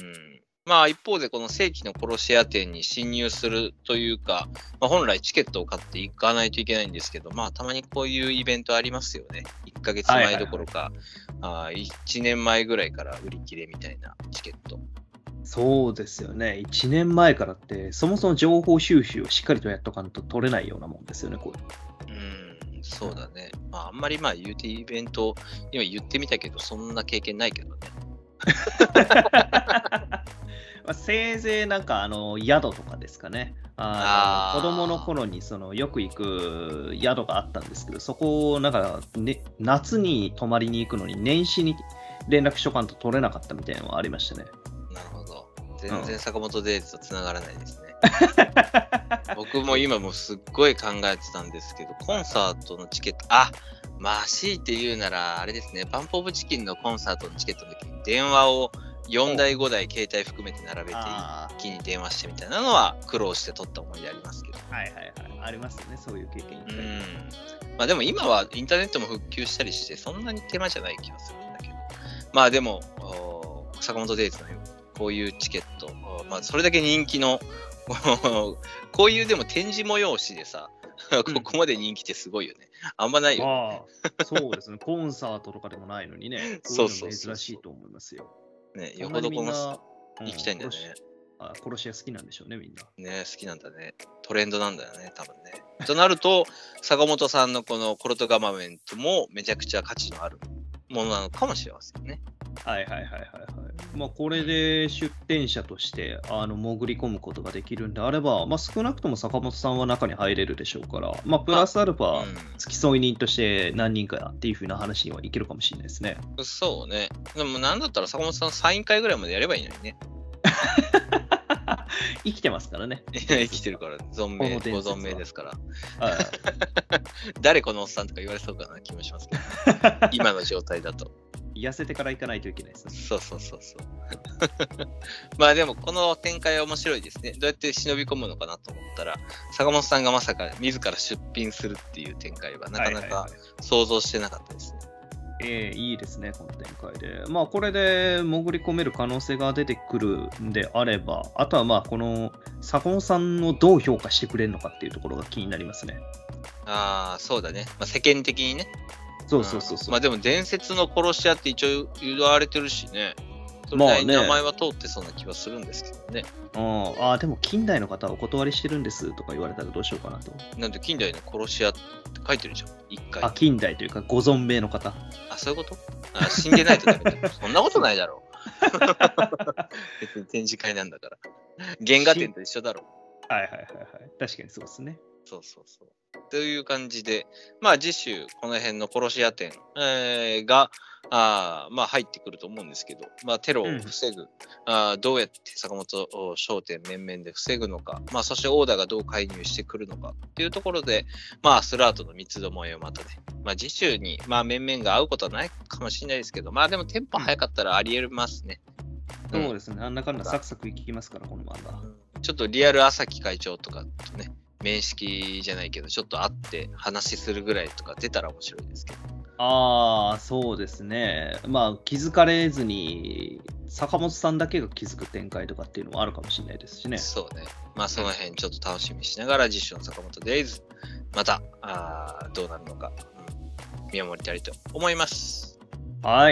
まあ一方でこの世紀の殺し屋店に侵入するというか、まあ、本来チケットを買っていかないといけないんですけど、まあたまにこういうイベントありますよね。いっかげつまえどころか、はいはいはい、あいちねんまえぐらいから売り切れみたいなチケット。 そうですよね。いちねんまえからってそもそも情報収集をしっかりとやっとかんと取れないようなもんですよね、これ。うん、そうだね。まああんまりまあ言うてイベント、今言ってみたけど、そんな経験ないけどね。 まあ、せいぜいなんかあの宿とかですかね。ああ子供の頃にそのよく行く宿があったんですけど、そこをなんか、ね、夏に泊まりに行くのに年始に連絡しとかんと取れなかったみたいなのがありましたね。 なるほど。全然坂本デイズとつながらないですね。うん、僕も今もすっごい考えてたんですけど、コンサートのチケット、あまあ強いて言うならあれですね、パンプオブチキンのコンサートのチケットの時に電話をよんだいごだい携帯含めて並べて一気に電話してみたいなのは苦労して取った思い出ありますけど。 はいはいはい。ありますよね、そういう経験。 うん。まあでも今はインターネットも復旧したりしてそんなに手間じゃない気がするんだけど。まあでも、坂本デイズのようにこういうチケット、まあそれだけ人気の、こういうでも展示催しでさ、ここまで人気ってすごいよね。あんまないよね。 あそうですね。コンサートとかでもないのにね。そういうの珍しいと思いますよ。 ね、よほどこの行きたいんだよね。 あ、殺し屋好きなんでしょうね、みんな。 ね、好きなんだね。トレンドなんだよね、多分ね。となると、坂本さんのこのコルトガバメントもめちゃくちゃ価値のあるものなのかもしれませんね。 はいはいはいはいはい。 まあ、これで出展者としてあの潜り込むことができるんであれば、まあ、少なくとも坂本さんは中に入れるでしょうから、まあ、プラスアルファ、付き添い人として何人かっていう風な話にはいけるかもしれないですね。 そうね。でもなんだったら坂本さんサイン会ぐらいまでやればいいのにね。 生きてますからね。 いや生きてるから、存命、ご存命ですから。 はい、 誰このおっさんとか言われそうかな気もしますけど、今の状態だと。 痩せてから行かないといけないですね。 そうそうそうそう。まあでもこの展開は面白いですね。どうやって忍び込むのかなと思ったら、坂本さんがまさか自ら出品するっていう展開はなかなか想像してなかったですね。 えー、いいですね、この展開で。まあ、これで潜り込める可能性が出てくるんであれば、あとはまあ、この坂本さんをどう評価してくれるのかっていうところが気になりますね。ああ、そうだね。まあ、世間的にね。 そうそうそうそう。 まあでも伝説の殺し屋って一応言われてるしね。それなりに名前は通ってそうな気はするんですけどね。 まあ、ね、ああ、でも近代の方はお断りしてるんですとか言われたらどうしようかなと。 なんで近代の殺し屋って書いてるじゃん、一回。 あ、近代というかご存命の方。 あ、そういうこと？あ、死んでないとダメだ。そんなことないだろう。別に展示会なんだから。原画展と一緒だろう。はいはいはいはい。確かにそうですね。 そうそうそう。という感じで、まあ次週この辺の殺し屋展、えー、があまあ入ってくると思うんですけど、まあテロを防ぐ、うん、あどうやって坂本商店面々で防ぐのか、まあそしてオーダーがどう介入してくるのかっていうところで、まあスラートの三つどもえをまたね、まあ次週にまあ面々が合うことはないかもしれないですけど、まあでもテンポ早かったらあり得ますね。 うん、そうですね、あんなかんなサクサクいきますから、この漫画。 ちょっとリアル朝木会長とかとね、面識じゃないけど、ちょっと会って話するぐらいとか出たら面白いですけど。 ああ、そうですね。まあ、気づかれずに、坂本さんだけが気づく展開とかっていうのもあるかもしれないですしね。 そうね。まあ、その辺ちょっと楽しみにしながら、実証の坂本デイズ、また、あどうなるのか、うん、見守りたいと思います。 はい。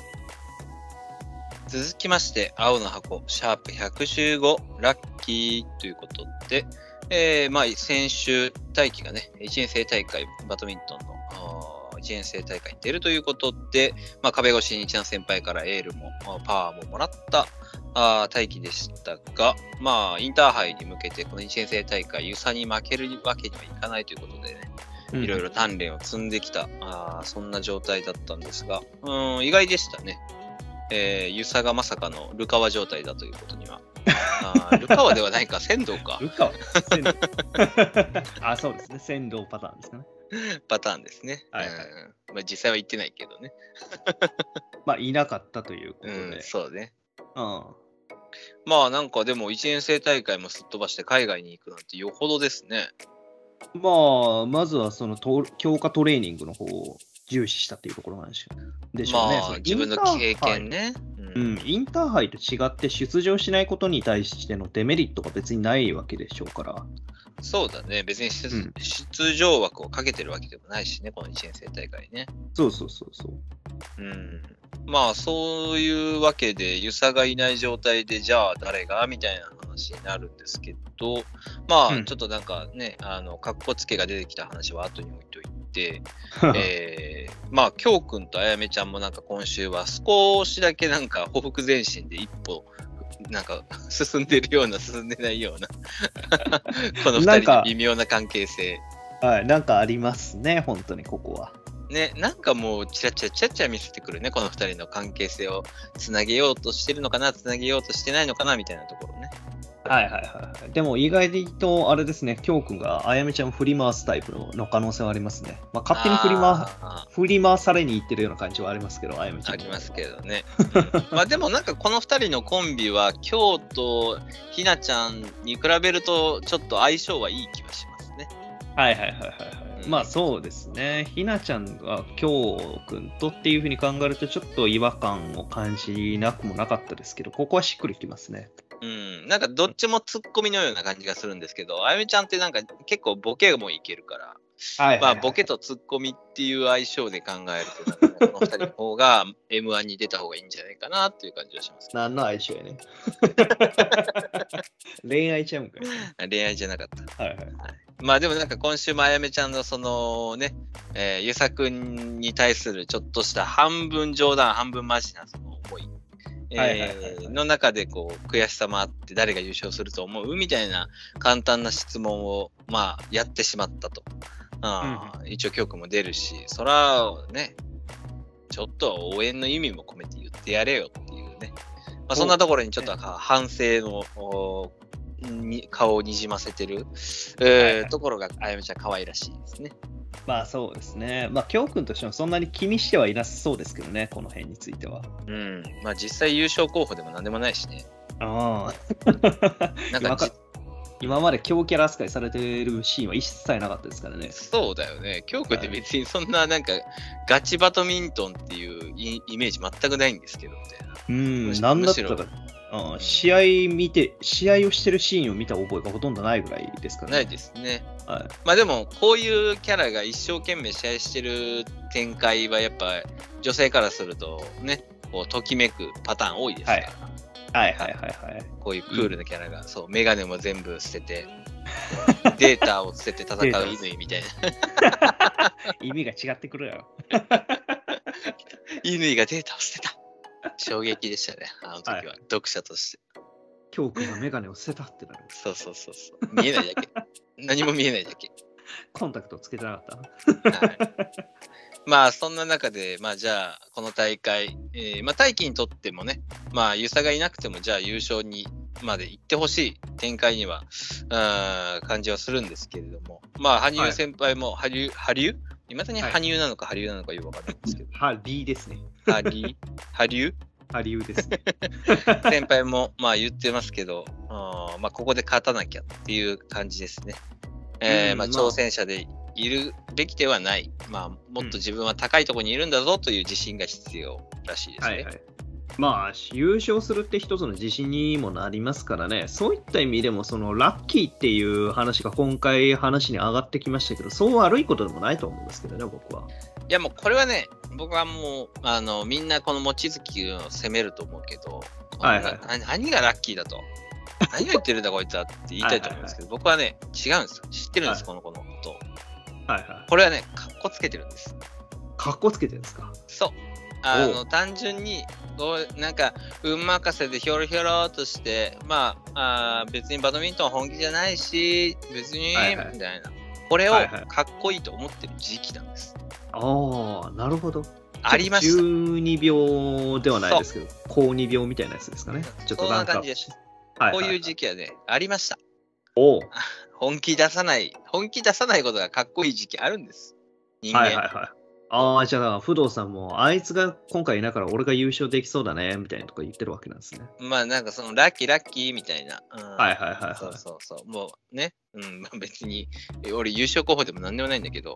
続きまして、青の箱、シャープひゃくじゅうご、ラッキーということで、えー、まあ、先週、大輝がね、いちねん生大会、バドミントンのいちねん生大会に出るということで、まあ、壁越しに一覧先輩からエールも、パワーももらったあ大輝でしたが、まあ、インターハイに向けて、このいちねん生大会、ユサに負けるわけにはいかないということでね、いろいろ鍛錬を積んできた、あそんな状態だったんですが、うん、意外でしたね。えー、ユサがまさかのルカワ状態だということには。あルカワではないか、仙道か。 ルカワ仙道あ、そうですね。仙道パターンですかね。 パターンですね。 はいはい。 うん、まあ、実際は言ってないけどね。 まあ、いなかったということで。 うん、そうね。 うん。 まあ、なんかでもいちねん生大会もすっ飛ばして海外に行くなんてよほどですね。 まあ、まずはその強化トレーニングの方を重視したっていうところなんでしょうね。 まあ、自分の経験ね、 うん。インターハイと違って出場しないことに対してのデメリットが別にないわけでしょうから。 そうだね。別に出、うん、出場枠をかけてるわけでもないしね、このいちねん生大会ね。 そうそうそうそう。 うん。まあ、そういうわけで、ユサがいない状態で、じゃあ誰がみたいな話になるんですけど、まあ、うん、ちょっとなんかね、あの、かっこつけが出てきた話は後に置いといて、えー、まあ、きょうくんとあやめちゃんもなんか今週は少しだけなんか報復前進で一歩、なんか進んでるような、進んでないような、この二人の微妙な関係性。 はい、なんかありますね、本当にここは。 ね、なんかもうチラチラチラチラ見せてくるね、この二人の関係性をつなげようとしてるのかな、つなげようとしてないのかなみたいなところね。 はいはいはい。でも意外で言うと、あれですね、きょうくんがあやめちゃんを振り回すタイプ の, の可能性はありますね。まあ、勝手に振り回振り回されにいってるような感じはありますけど、あやめちゃん。 ありますけどね。うん、まあでもなんかこの二人のコンビは、きょうとひなちゃんに比べると、ちょっと相性はいい気がしますね。 はいはいはいはい。うん、まあそうですね。ひなちゃんがきょうくんとっていうふうに考えると、ちょっと違和感を感じなくもなかったですけど、ここはしっくりきますね。 うん、なんかどっちもツッコミのような感じがするんですけど、あやめちゃんってなんか結構ボケもいけるから、はいはいはい、まあボケとツッコミっていう相性で考えると、なんかこのふたりの方が エムワン に出た方がいいんじゃないかなっていう感じがします、ね。 何の相性やね。恋愛ちゃうんかい。 恋愛じゃなかった。 はいはい。はい、 まあでもなんか今週もあやめちゃんのそのね、えー、ゆさくんに対するちょっとした半分冗談半分マジなその思いえー、の中でこう悔しさもあって誰が優勝すると思うみたいな簡単な質問をまあやってしまったと。あ、うん、一応曲も出るし、そらね、ちょっと応援の意味も込めて言ってやれよっていうね。まあ、そんなところにちょっと反省のに顔をにじませてる、えーはいはい、ところがあやめちゃん可愛らしいですね。 まあそうですね。まあ京君としてもそんなに気にしてはいなさそうですけどね、この辺については。 うん。まあ実際優勝候補でもなんでもないしね。 ああ。なんか今まで強キャラ扱いされてるシーンは一切なかったですからね。 そうだよね。京君って別にそんななんかガチバドミントンっていうイメージ全くないんですけどみたいな。 うん、なんだったら、うん、試合見て、試合をしてるシーンを見た覚えがほとんどないぐらいですからね。ないですね。 はい、 まあでもこういうキャラが一生懸命試合してる展開はやっぱ女性からするとね、こうときめくパターン多いですから。 はいはいはいはい。 こういうクールなキャラが、そう、メガネも全部捨てて、データを捨てて戦う乾みたいな。 意味が違ってくるやろ。 乾がデータを捨てた。衝撃でしたね、あの時は、はい、読者として。 京君がメガネを捨てたってなる。 そうそうそうそう。見えないだけ。何も見えないだけ。 コンタクトつけてなかった。はい、 まあそんな中で、まあじゃあこの大会、えー、まあ大輝にとってもね、まあ遊佐がいなくてもじゃあ優勝にまで行ってほしい展開にはあ感じはするんですけれども、まあ羽生先輩も、はい、羽生羽生いまだに羽生なのか羽生なのかよくわかんないんですけど。 羽生ですね。 羽生羽生羽生ですね。 先輩もまあ言ってますけど、あまあここで勝たなきゃっていう感じですね。えー、まあ挑戦者でいるべきではない、まあ、もっと自分は高いところにいるんだぞという自信が必要らしいですね。はいはい、 まあ優勝するって一つの自信にもなりますからね、そういった意味でもそのラッキーっていう話が今回話に上がってきましたけど、そう悪いことでもないと思うんですけどね、僕は。 いやもうこれはね、僕はもうあのみんなこの望月を責めると思うけど、はいはい、何がラッキーだと。何を言ってるんだこいつはって言いたいと思うんですけど、はいはいはい、僕はね、違うんですよ。知ってるんです、はい、この子のことを。はいはい、これはね、かっこつけてるんです。 かっこつけてるんですか？ そう。あの、単純に、なんか、運任せでひょろひょろとして、まあ、あ別にバドミントン本気じゃないし、別に、はいはい、みたいな。これをかっこいいと思ってる時期なんです。 はいはい、ああ、なるほど。 ありました。 じゅうにびょうではないですけど、高にびょうみたいなやつですかね。ちょっとそんな感じです。こういう時期はね、ありました。 お本気出さない、本気出さないことがかっこいい時期あるんです。人間。 はいはいはい。ああ、じゃあ、不動さんも、あいつが今回いなから俺が優勝できそうだね、みたいなとか言ってるわけなんですね。 まあなんかそのラッキーラッキーみたいな。 うん、はいはいはい、はい。 そうそうそう。もうね、うん、まあ、別に、俺優勝候補でもなんでもないんだけど。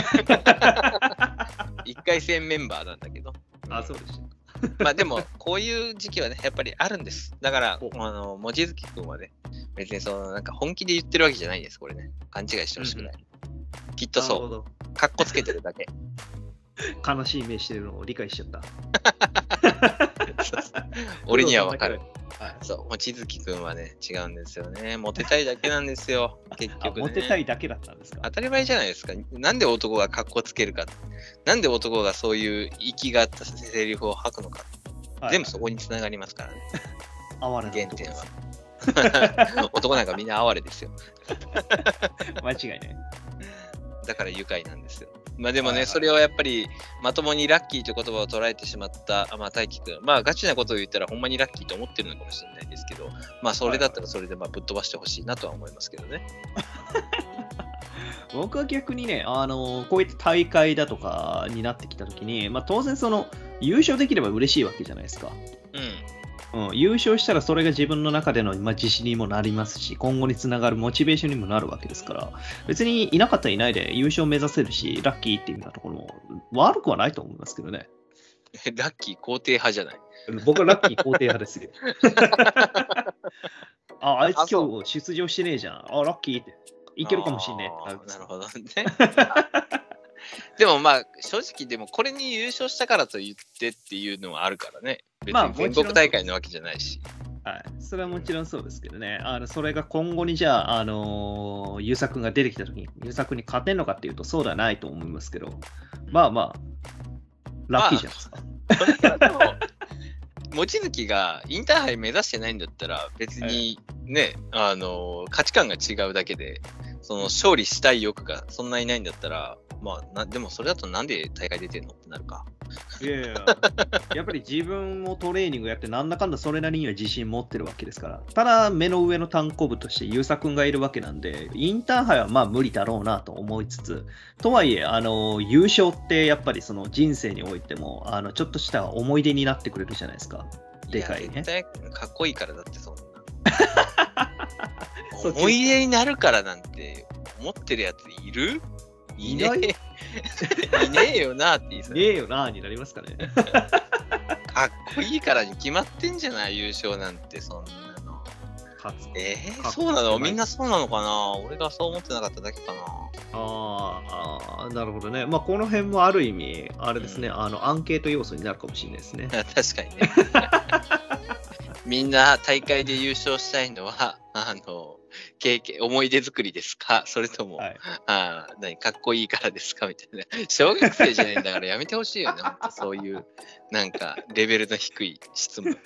いっかい戦メンバーなんだけど。 あ、そうでした。 まあでも、こういう時期はね、やっぱりあるんです。だから、あの、望月君はね、別にその、なんか本気で言ってるわけじゃないんです、これね。勘違いしてほしくない。うん、きっとそう。かっこつけてるだけ。 悲しい目してるのを理解しちゃった。 そうそう俺にはわかる。はい、そう、望月君はね、違うんですよね。モテたいだけなんですよ、結局、ね。 モテたいだけだったんですか？ 当たり前じゃないですか。なんで男がかっこつけるか。なんで男がそういう息があったセリフを吐くのか。はい、全部そこにつながりますからね。 哀れな原点は。男なんかみんな哀れですよ。 間違いない。 だから愉快なんですよ。まあでもね、はいはい、それをやっぱりまともにラッキーという言葉を捉えてしまった、まあ、大輝くん。まあガチなことを言ったらほんまにラッキーと思ってるのかもしれないですけど、まあそれだったらそれでまあぶっ飛ばしてほしいなとは思いますけどね。 僕は逆にね、あのこういった大会だとかになってきたときに、まあ当然その優勝できれば嬉しいわけじゃないですか。 うん。 うん、優勝したらそれが自分の中での、まあ、自信にもなりますし、今後につながるモチベーションにもなるわけですから、別にいなかったらいないで優勝目指せるし、ラッキーっていうようなところも悪くはないと思いますけどね。 ラッキー肯定派じゃない。 僕はラッキー肯定派ですよ。あ、あいつ今日出場してねえじゃん。あ、ラッキーって。いけるかもしんねえ。 なるほどね。でもまあ正直でもこれに優勝したからと言ってっていうのはあるからね。別に全国大会のわけじゃないし。 まあ、はい。それはもちろんそうですけどね。あのそれが今後にじゃあ、あのー、優作君が出てきたときに、優作君に勝てんのかっていうとそうではないと思いますけど、まあまあ、ラッキーじゃないですか。 まあ、 望月がインターハイ目指してないんだったら、別にね、はい、あの、価値観が違うだけで、その勝利したい欲がそんなにないんだったら、まあ、なでもそれだとなんで大会出てんのってなるか。 いやいや、やっぱり自分もトレーニングやって、なんだかんだそれなりには自信持ってるわけですから。ただ、目の上の単行部として遊佐君がいるわけなんで、インターハイはまあ無理だろうなと思いつつ、とはいえ、あの優勝ってやっぱりその人生においても、あのちょっとした思い出になってくれるじゃないですか。でかいね。 いや、絶対かっこいいからだってそんな。思い出になるからなんて思ってるやついる？いねえ。いねえよなって言いそう。 いねえよなになりますかね。 かっこいいからに決まってんじゃない、優勝なんてそんなの。えー、そうなの？みんなそうなのかな？俺がそう思ってなかっただけかな。 ああ、なるほどね。まあ、この辺もある意味、あれですね、うん、あの、アンケート要素になるかもしれないですね。 確かにね。みんな大会で優勝したいのは、あの、経験、思い出作りですか？それとも、はい、あ何かっこいいからですかみたいな。小学生じゃないんだからやめてほしいよね。本当そういう、なんか、レベルの低い質問。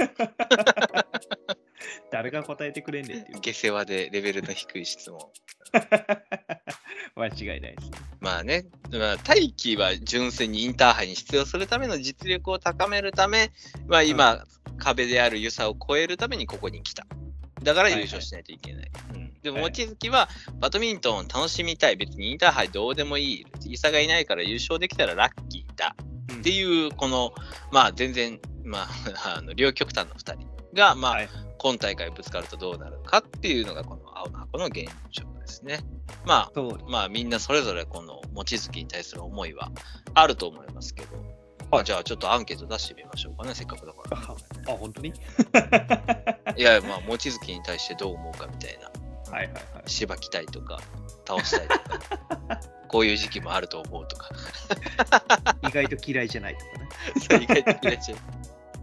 誰が答えてくれんねんっていう。 下世話でレベルの低い質問。 間違いないですね。 まあね、まあ、大輝は純粋にインターハイに出場するための実力を高めるため、まあ、今、うん、壁である遊佐を超えるためにここに来た。だから優勝しないといけない。はいはい、うん、でも、望月はバドミントンを楽しみたい。別にインターハイどうでもいい。遊佐がいないから優勝できたらラッキーだ。うん、っていう、この、まあ全然、まあ、あの両極端のふたりが、まあ、はい、今大会ぶつかるとどうなるかっていうのが、この青の箱の現状ですね。まあ、まあ、みんなそれぞれこの望月に対する思いはあると思いますけど、はい、まあ、じゃあちょっとアンケート出してみましょうかね、せっかくだから。 あ、本当にいや、まあ、望月に対してどう思うかみたいな。 はいはいはい。 しばきたいとか、倒したいとか、こういう時期もあると思うとか。 意外と嫌いじゃないとかね。 そう、意外と嫌いじゃない。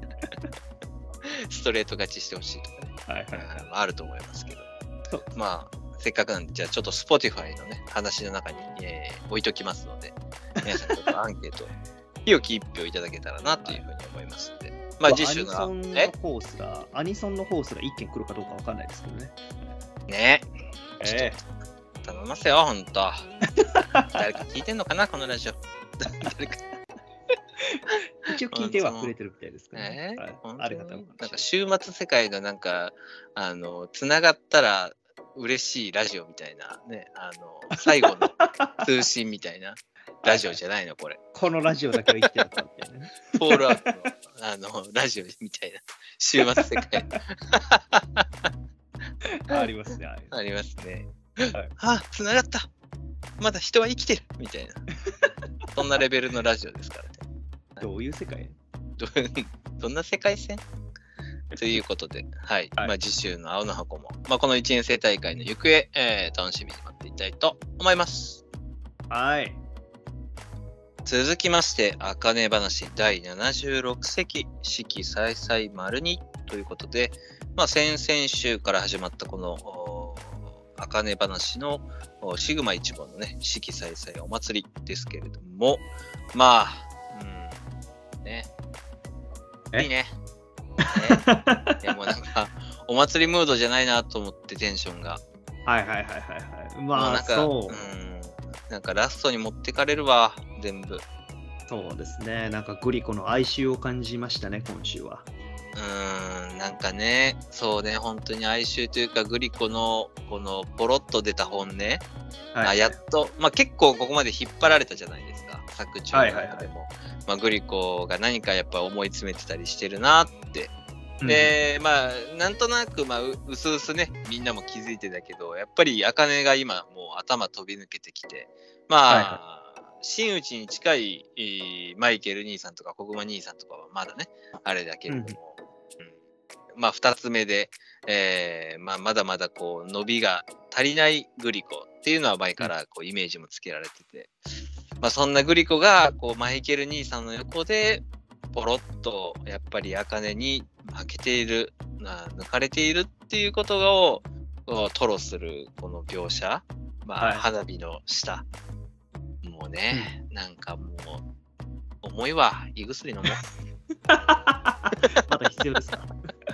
ストレート勝ちしてほしいとかね。 はいはいはい。 あると思いますけど。まあ、せっかくなんで、じゃあちょっと Spotify のね、話の中に、えー、置いときますので、皆さんちょっとアンケート、清き一票いただけたらなというふうに思いますので。まあ、次週が。 アニソンの方すら、アニソンの方すら一件来るかどうかわかんないですけどね。 ねえ。えー、頼みますよ、ほんと。誰か聞いてんのかな、このラジオ。誰か。 一応聞いてはくれてるみたいですけど、ね、 えーはい、ありがとう。 なんか週末世界のなんか、あの、つながったら嬉しいラジオみたいな、ね、あの、最後の通信みたいなラジオじゃないの、これ。 このラジオだけは生きてるかみたいなね。 フォールアウトの、あの、ラジオみたいな、週末世界。 ありますね。 ありますね。はい、あ、つながった。まだ人は生きてるみたいな。そんなレベルのラジオですからね。 どういう世界ど, どんな世界線ということで、はい。はい、まあ、次週の青の箱も、まあ、このいちねん生大会の行方、えー、楽しみに待っていきたいと思います。 はい。 続きまして、あかね話だいななじゅうろく席、四季さいさい丸にということで、まあ、先々週から始まったこのあかね話のシグマ一門のね、四季さいさいお祭りですけれども、まあ、うん、ね。いいね。ねでもなんか、お祭りムードじゃないなと思ってテンションが。 はいはいはいはいはい。まあ、 なんかそう。 うん。なんかラストに持ってかれるわ、全部。 そうですね。なんかグリコの哀愁を感じましたね、今週は。 うーん、なんかね、そうね、本当に哀愁というか、グリコのこのポロッと出た本音、はい、あやっと、まあ結構ここまで引っ張られたじゃないですか、作中の中でも。はいはいはい、まあ、グリコが何かやっぱ思い詰めてたりしてるなって。で、うん、まあ、なんとなく、まあ、う、うすうすね、みんなも気づいてたけど、やっぱり、あかねが今、もう頭飛び抜けてきて、まあ、はいはい、真打ちに近い、えー、マイケル兄さんとか、小熊兄さんとかはまだね、あれだけれども、うんうん、まあ、二つ目で、えー、まあ、まだまだこう、伸びが足りないグリコっていうのは前からこう、イメージもつけられてて、まあ、そんなグリコが、こう、マイケル兄さんの横で、ポロッと、やっぱり、あかねに負けている、抜かれているっていうことを、吐露する、この描写。まあ、はい、花火の下。もうね、うん、なんかもう、重いわ、胃薬飲もう。 まだ必要ですか？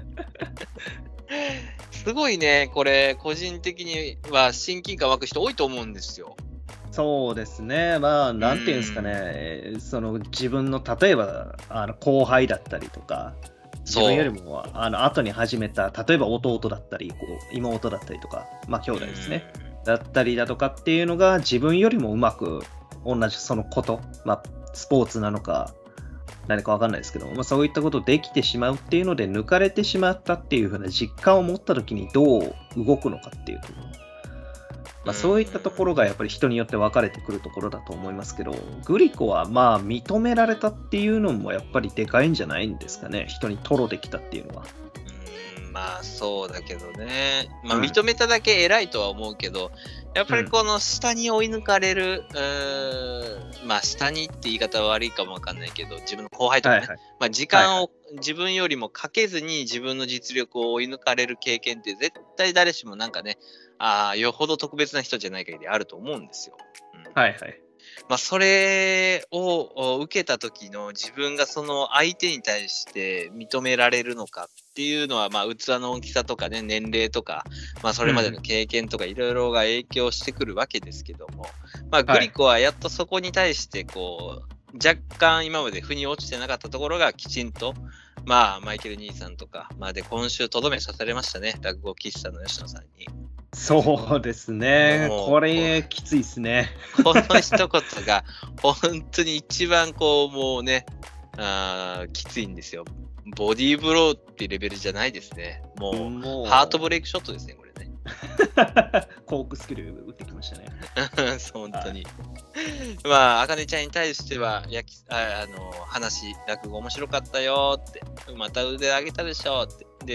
すごいね、これ、個人的には親近感湧く人多いと思うんですよ。 そうですね、まあ、なんていうんですかね、その自分の例えばあの後輩だったりとか、自分よりもあの後に始めた、例えば弟だったり、こう妹だったりとか、まあ兄弟ですね、だったりだとかっていうのが、自分よりもうまく同じそのこと、まあ、スポーツなのか、何か分かんないですけど、まあ、そういったことできてしまうっていうので、抜かれてしまったっていう風な実感を持ったときにどう動くのかっていうところ。まあ、そういったところがやっぱり人によって分かれてくるところだと思いますけど、グリコはまあ認められたっていうのもやっぱりでかいんじゃないんですかね、人にトロできたっていうのは。 うーん、まあそうだけどね、まあ、認めただけ偉いとは思うけど、うん、やっぱりこの下に追い抜かれる、うーん、まあ下にって言い方は悪いかもわかんないけど、自分の後輩とかね、はいはい、まあ、時間を自分よりもかけずに自分の実力を追い抜かれる経験って絶対誰しもなんかね、ああ、よほど特別な人じゃない限りあると思うんですよ。うん、 はいはい。 まあ、それを受けた時の自分がその相手に対して認められるのかっていうのは、まあ、器の大きさとかね、年齢とか、まあ、それまでの経験とかいろいろが影響してくるわけですけども、まあ、グリコはやっとそこに対してこう、若干今まで腑に落ちてなかったところがきちんと、まあ、マイケル兄さんとか、まあ、で今週とどめさせれましたね、落語喫茶の吉野さんに。 そうですね、これきついですね。 この一言が本当に一番こうもうね、あきついんですよ。ボディーブローっていうレベルじゃないですね。もう、もうハートブレイクショットですね、これね。 コークスキル打ってきましたね。 本当に。まあ、あかねちゃんに対しては、やきああの話、落語面白かったよって、また腕上げたでしょって。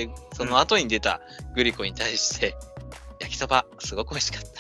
で、その後に出たグリコに対して、焼きそば、すごく美味しかった。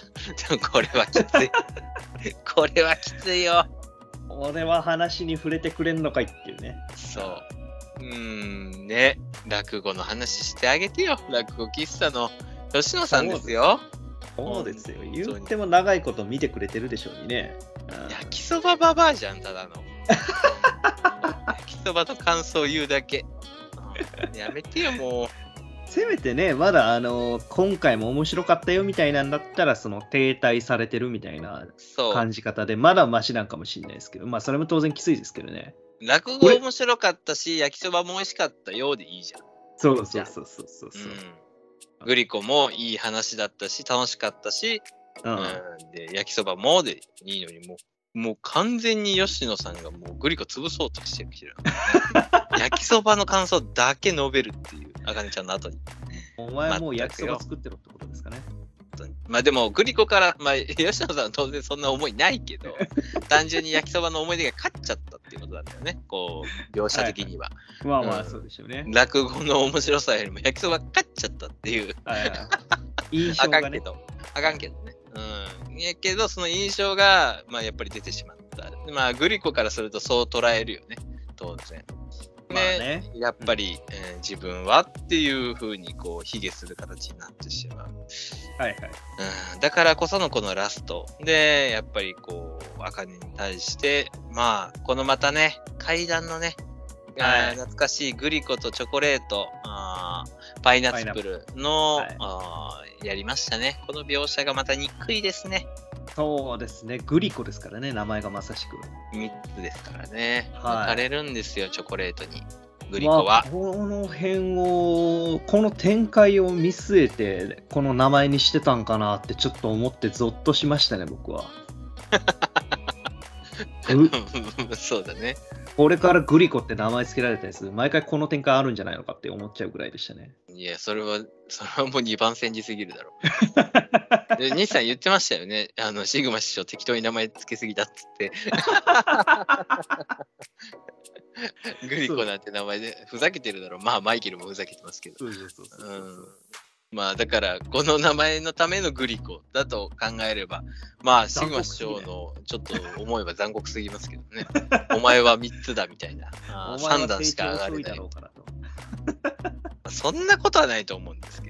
でもこれはきつい。これはきついよ。 俺は話に触れてくれんのかいっていうね。 そう。うーん、ね。落語の話してあげてよ。落語喫茶の吉野さんですよ。 そうですよ。言っても長いこと見てくれてるでしょうにね。 焼きそばババアじゃん、ただの。焼きそばの感想を言うだけ。やめてよ、もう。 せめてね、まだあの今回も面白かったよみたいなんだったら、その停滞されてるみたいな感じ方で、まだマシなんかもしれないですけど、まあそれも当然きついですけどね。 落語面白かったし、焼きそばも美味しかったようでいいじゃん。 そうそうそうそうそう。 うん、グリコもいい話だったし、楽しかったし、うんうん、で焼きそばもでいいのに、もう、もう完全に吉野さんがもうグリコ潰そうとしてる。焼きそばの感想だけ述べるっていう、あかねちゃんの後に。 お前もう焼きそば作ってろってことですかね。 まあでも、グリコから、まあ、吉野さんは当然そんな思いないけど、単純に焼きそばの思い出が勝っちゃったっていうことなんだよね、こう、描写的には。 はいはい、まあまあ、そうでしょうね、 うん。落語の面白さよりも焼きそば勝っちゃったっていう。はいはい、印象が、ね、あかんけど、あかんけどね。うん。やけど、その印象が、まあやっぱり出てしまった。まあ、グリコからするとそう捉えるよね、当然。ね、まあね、やっぱり、うんえー、自分はっていう風にこう卑下する形になってしまう、 はいはいうん、だからこそのこのラストでやっぱりこうあかねに対してまあこのまたね階段のね、はい、懐かしいグリコとチョコレートあーパイナップルの、はい、あやりましたね。この描写がまた憎いですね。 そうですね、グリコですからね、名前がまさしく。 みっつですからね。抜かれるんですよ、チョコレートに。グリコは。 まあ、この辺を、この展開を見据えて、この名前にしてたんかなってちょっと思ってゾッとしましたね、僕は。 そうだね。 これからグリコって名前つけられたやつ、毎回この展開あるんじゃないのかって思っちゃうぐらいでしたね。 いや、それは、それはもうにばん煎じすぎるだろう。で、西さん言ってましたよね。あの、シグマ師匠適当に名前つけすぎだっつって。グリコなんて名前でふざけてるだろう。まあ、マイケルもふざけてますけど。そうそうそうそうそう。うんまあだからこの名前のためのグリコだと考えればまあシグマ師匠のちょっと思えば残酷すぎますけどね。お前はみっつだみたいなあさん段しか上がれない。そんなことはないと思うんですけど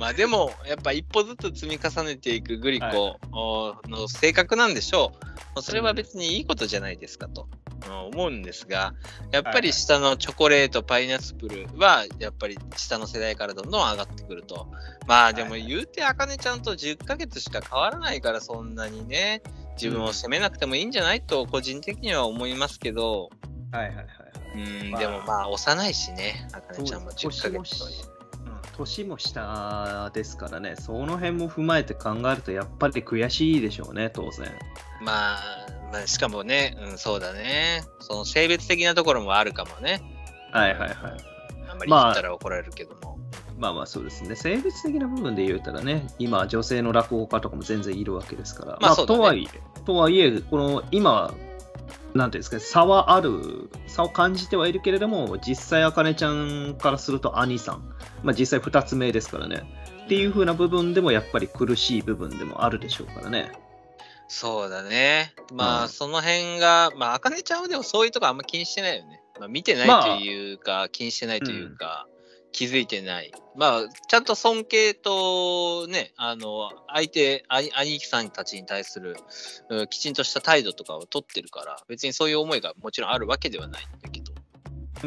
まあでもやっぱ一歩ずつ積み重ねていくグリコの性格なんでしょう、はい、それは別にいいことじゃないですかと思うんですが、やっぱり下のチョコレートパイナップルはやっぱり下の世代からどんどん上がってくると。まあでも言うてあかねちゃんとじゅっかげつしか変わらないから、そんなにね自分を責めなくてもいいんじゃないと個人的には思いますけど、 はいはいはい、 うん、まあ、でもまあ幼いしね、あかねちゃんもじゅっかげつという。 年も下ですからね、その辺も踏まえて考えるとやっぱり悔しいでしょうね、当然。 まあ、まあ、しかもね、うん、そうだね、その性別的なところもあるかもね。 はいはいはい。 あんまり言ったら怒られるけども。 まあまあそうですね、性別的な部分で言うたらね、今、女性の落語家とかも全然いるわけですから、まあ、まあ、とはいえ、とはいえ、この今、なんていうんですか、差はある、差を感じてはいるけれども、実際、あかねちゃんからすると兄さん、まあ、実際ふたつめですからね、っていう風な部分でもやっぱり苦しい部分でもあるでしょうからね。 そうだね。まあ、うん、その辺が、まあ、あかねちゃんはでもそういうとこあんま気にしてないよね。まあ、見てないというか、まあ、気にしてないというか、うん、気づいてない。まあ、ちゃんと尊敬とね、あの、相手、兄貴さんたちに対する、うん、きちんとした態度とかを取ってるから、別にそういう思いがもちろんあるわけではないんだけど。 うん、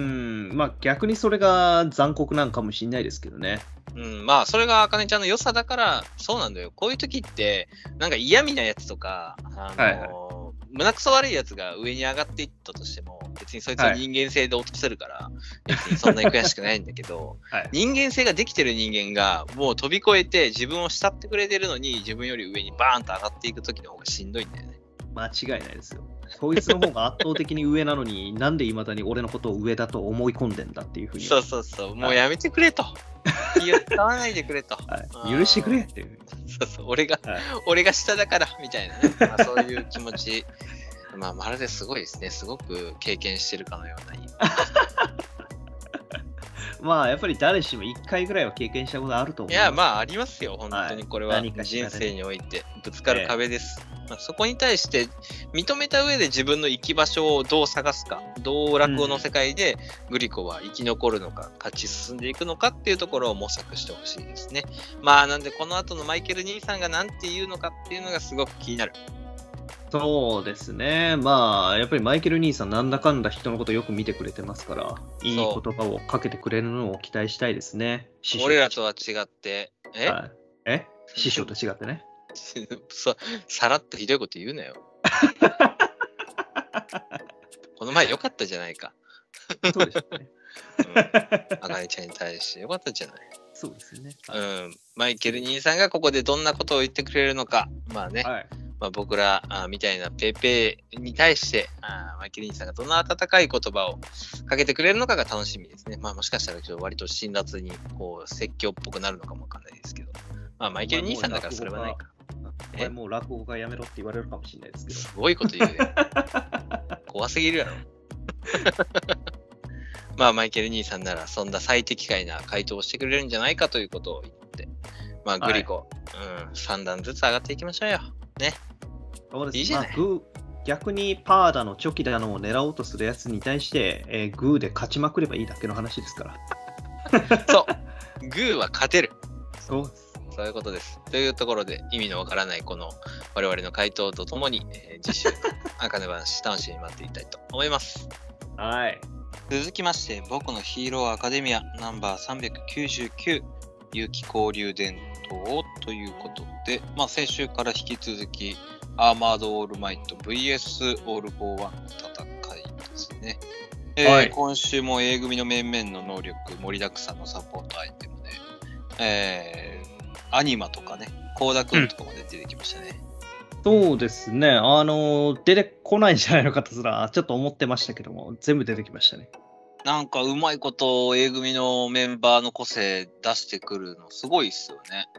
まあ逆にそれが残酷なんかもしれないですけどね。 うん、まあそれがあかねちゃんの良さだから、そうなんだよ。こういう時って、なんか嫌味なやつとか、あの、はいはい、胸くそ悪いやつが上に上がっていったとしても、別にそいつを人間性で落とせるから、はい、別にそんなに悔しくないんだけど、はい、人間性ができてる人間がもう飛び越えて自分を慕ってくれてるのに、自分より上にバーンと上がっていく時の方がしんどいんだよね。 間違いないですよ。こいつの方が圧倒的に上なのに、なんでいまだに俺のことを上だと思い込んでんだっていうふうに。 そうそうそう、もうやめてくれと。気を使わないでくれと。 はい、許してくれっていう。 そうそう、俺が、はい、俺が下だからみたいなね。まあ、そういう気持ち。まあ、まるですごいですね。すごく経験してるかのような。 まあ、やっぱり誰しもいっかいぐらいは経験したことあると思う。 いや、まあ、ありますよ。本当にこれは人生においてぶつかる壁です。えーまあ、そこに対して認めた上で自分の生き場所をどう探すか、どう落語の世界でグリコは生き残るのか、勝ち進んでいくのかっていうところを模索してほしいですね。まあ、なんでこの後のマイケル兄さんが何て言うのかっていうのがすごく気になる。 そうですね。まあ、やっぱりマイケル兄さんなんだかんだ人のことよく見てくれてますから、いい言葉をかけてくれるのを期待したいですね。 俺らとは違って、え、 はい、え師匠と違ってね。 そさらっとひどいこと言うなよ。この前良かったじゃないか。 そうですね。 あかねちゃんに対して良かったじゃない。 そうですね。 うん。マイケル兄さんがここでどんなことを言ってくれるのか。まあね。はい、まあ、僕らあみたいなペーペーに対してあマイケル兄さんがどんな温かい言葉をかけてくれるのかが楽しみですね。まあもしかしたら割と辛辣にこう説教っぽくなるのかもわかんないですけど。まあマイケル兄さんだからそれはないか。 お前もう落語がやめろって言われるかもしれないですけど。 すごいこと言うね。怖すぎるやろ。まあマイケル兄さんならそんな最適解な回答をしてくれるんじゃないかということを言って、まあグリコ、はい、うん、さん段ずつ上がっていきましょうよ。ね。 そうです。 いいじゃない。 まあ、グー逆にパーだのチョキだのを狙おうとするやつに対して、えー、グーで勝ちまくればいいだけの話ですから。 そう。グーは勝てる。 そうです。 そういうことです。というところで意味のわからないこの我々の回答とともに、えー、次週あかね話楽しみに待っていきたいと思います。 はい。 続きまして僕のヒーローアカデミアナンバーさんびゃくきゅうじゅうきゅう有機交流伝統ということで、まあ、先週から引き続きアーマードオールマイト ブイエス オールフォーワンの戦いですね。えーはい、今週も A 組の面々の能力盛りだくさんのサポートアイテムで、えーアニマとかね、コーダくんとかまで出てきましたね、 うん。そうですね。あの、出てこないんじゃないのかとすら、ちょっと思ってましたけども、全部出てきましたね。 なんかうまいこと A 組のメンバーの個性出してくるのすごいっすよね。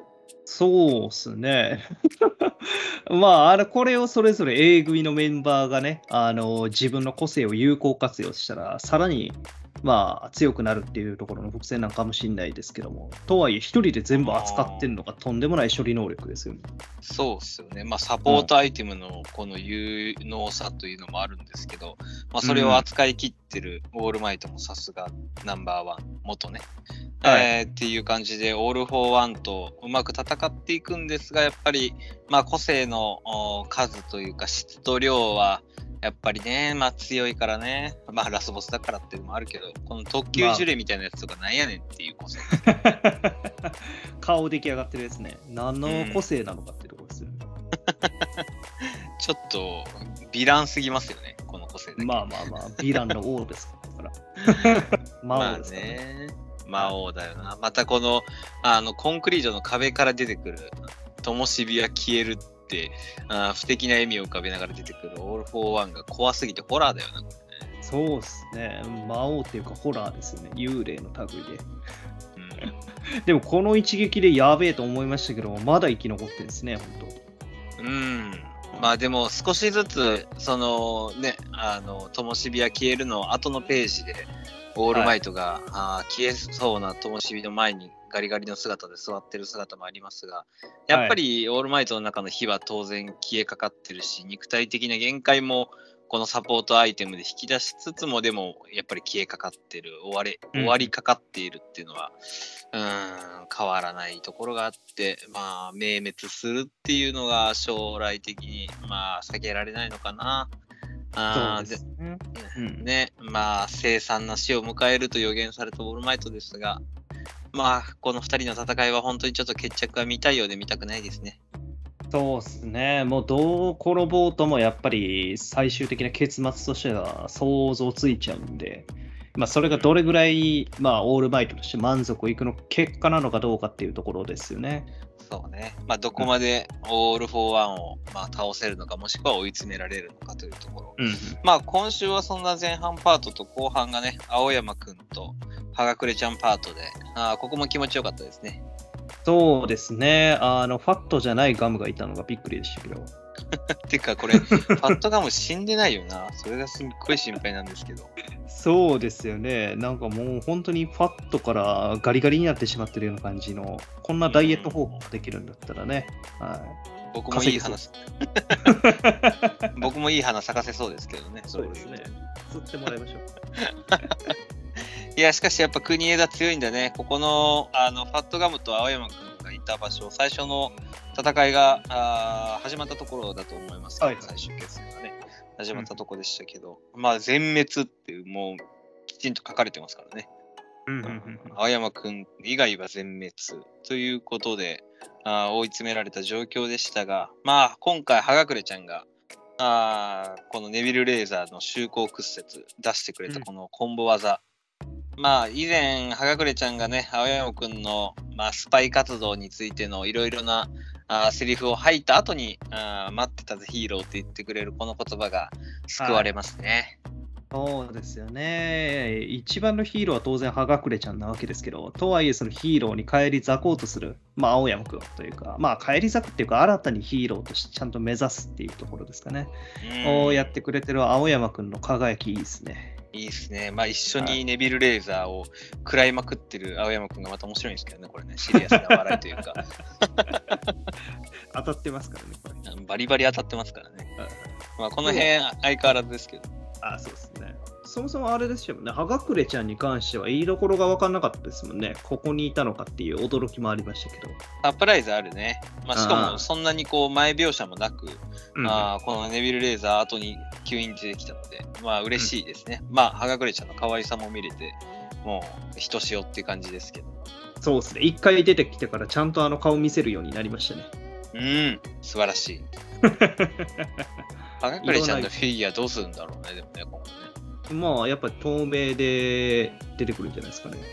そうっすね。まあ、あの、これをそれぞれ A 組のメンバーがね、あの、自分の個性を有効活用したら、さらに、まあ、強くなるっていうところの伏線なんかもしれないですけども、とはいえ、一人で全部扱ってるのがとんでもない処理能力ですよね。 そうっすよね。まあ、サポートアイテムのこの有能さというのもあるんですけど、まあ、それを扱い切ってるオールマイトもさすがナンバーワン、元ね。はい、えー、っていう感じで、オール・フォー・ワンとうまく戦っていくんですが、やっぱり、まあ、個性の数というか、質と量は、やっぱりね、まあ強いからね、まあラスボスだからっていうのもあるけど、この特級呪霊みたいなやつとかなんやねんっていう個性。まあ、顔出来上がってるですね。何の個性なのかっていうところですよね。 うん、ちょっと、ヴィランすぎますよね、この個性だけ。 まあまあまあ、ヴィランの王ですから。 魔王ですからね。魔王だよな。またこの、あの、コンクリートの壁から出てくる、灯火は消えるって、あ不敵な笑みを浮かべながら出てくるオール・フォー・ワンが怖すぎてホラーだよな、これね。 そうっすね。魔王っていうかホラーですよね。幽霊の類で。うん、でもこの一撃でやべえと思いましたけど、まだ生き残ってですね、本当。うん。まあでも少しずつ、そのね、あの、灯火は消えるの後のページで、オールマイトが、はい、あ消えそうな灯火の前にガリガリの姿で座ってる姿もありますが、やっぱりオールマイトの中の火は当然消えかかってるし、肉体的な限界もこのサポートアイテムで引き出しつつも、でもやっぱり消えかかってる、終わり、終わりかかっているっていうのは、うん、うん変わらないところがあって、まあ、明滅するっていうのが将来的に、まあ、避けられないのかな。あでね、うんね、まあ、凄惨な死を迎えると予言されたオールマイトですが、まあ、このふたりの戦いは本当にちょっと決着が見たいようで見たくないですね。 そうですね、もうどう転ぼうともやっぱり最終的な結末としては想像ついちゃうんで、まあ、それがどれぐらい、まあ、オールマイトとして満足いくの結果なのかどうかっていうところですよね。 そうね。まあ、どこまでオール・フォー・ワンを、まあ、倒せるのか、もしくは追い詰められるのかというところ。うん、まあ、今週はそんな前半パートと後半がね、青山くんとはがくれちゃんパートで、あここも気持ちよかったですね。 そうですね。あの、ファットじゃないガムがいたのがびっくりでしたけど。 てか、これ、ファットガム死んでないよな。それがすっごい心配なんですけど。 そうですよね。なんかもう本当にファットからガリガリになってしまってるような感じの、こんなダイエット方法ができるんだったらね。はい、 僕もいい花、僕もいい花咲かせそうですけどね。 そうですね。釣ってもらいましょう。 いや、しかしやっぱ国枝強いんだね。ここの、あのファットガムと青山くんがいた場所、最初の戦いがあ始まったところだと思いますけど、はい、最終決戦がね、始まったところでしたけど、うん、まあ全滅っていう、もうきちんと書かれてますからね。うんうんうん、青山くん以外は全滅ということであ追い詰められた状況でしたが、まあ今回、はがくれちゃんがあこのネビルレーザーの周行屈折出してくれたこのコンボ技、うん、まあ以前はがくれちゃんがね青山くんの、まあ、スパイ活動についてのいろいろなあセリフを吐いた後にあ待ってたぜヒーローって言ってくれるこの言葉が救われますね。 はい、そうですよね。一番のヒーローは当然はがくれちゃんなわけですけど、とはいえそのヒーローに返り咲こうとする、まあ青山くんというか、まあ返り咲くっていうか新たにヒーローとしてちゃんと目指すっていうところですかね。をやってくれてる青山くんの輝きいいですね。 いいですね。まあ一緒にネビルレーザーを食らいまくってる青山くんがまた面白いんですけどね、これね、シリアスな笑いというか。 当たってますからね、これ。 バリバリ当たってますからね。まあこの辺相変わらずですけど。 あ、そうですね。そもそもあれですよね、はがくれちゃんに関しては、いいところが分かんなかったですもんね。ここにいたのかっていう驚きもありましたけど。 サプライズあるね。まあ、しかもそんなにこう前描写もなく、あこのネビルレーザー後に急に出てきたので、まあ嬉しいですね。うん、まあ、はがくれちゃんの可愛さも見れて、もう、ひとしおっていう感じですけど。 そうですね。一回出てきてからちゃんとあの顔見せるようになりましたね。 うん、素晴らしい。はがくれちゃんのフィギュアどうするんだろうね、でもね、今後ね。 まあ、やっぱり透明で出てくるんじゃないですかね。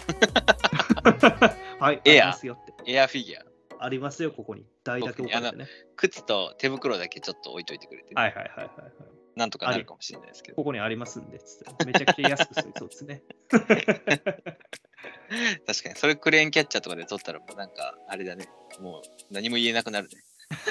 はい、 エア、 ありますよって。 エアフィギュア。ありますよ、ここに。台だけ置かれてね。 靴と手袋だけちょっと置いといてくれて、 ね。はいはいはいはい、はい。 なんとかなるかもしれないですけど。 ここにありますんで、つってめちゃくちゃ安くするそうですね。 確かに、それクレーンキャッチャーとかで取ったら、もうなんか、あれだね。もう何も言えなくなるね。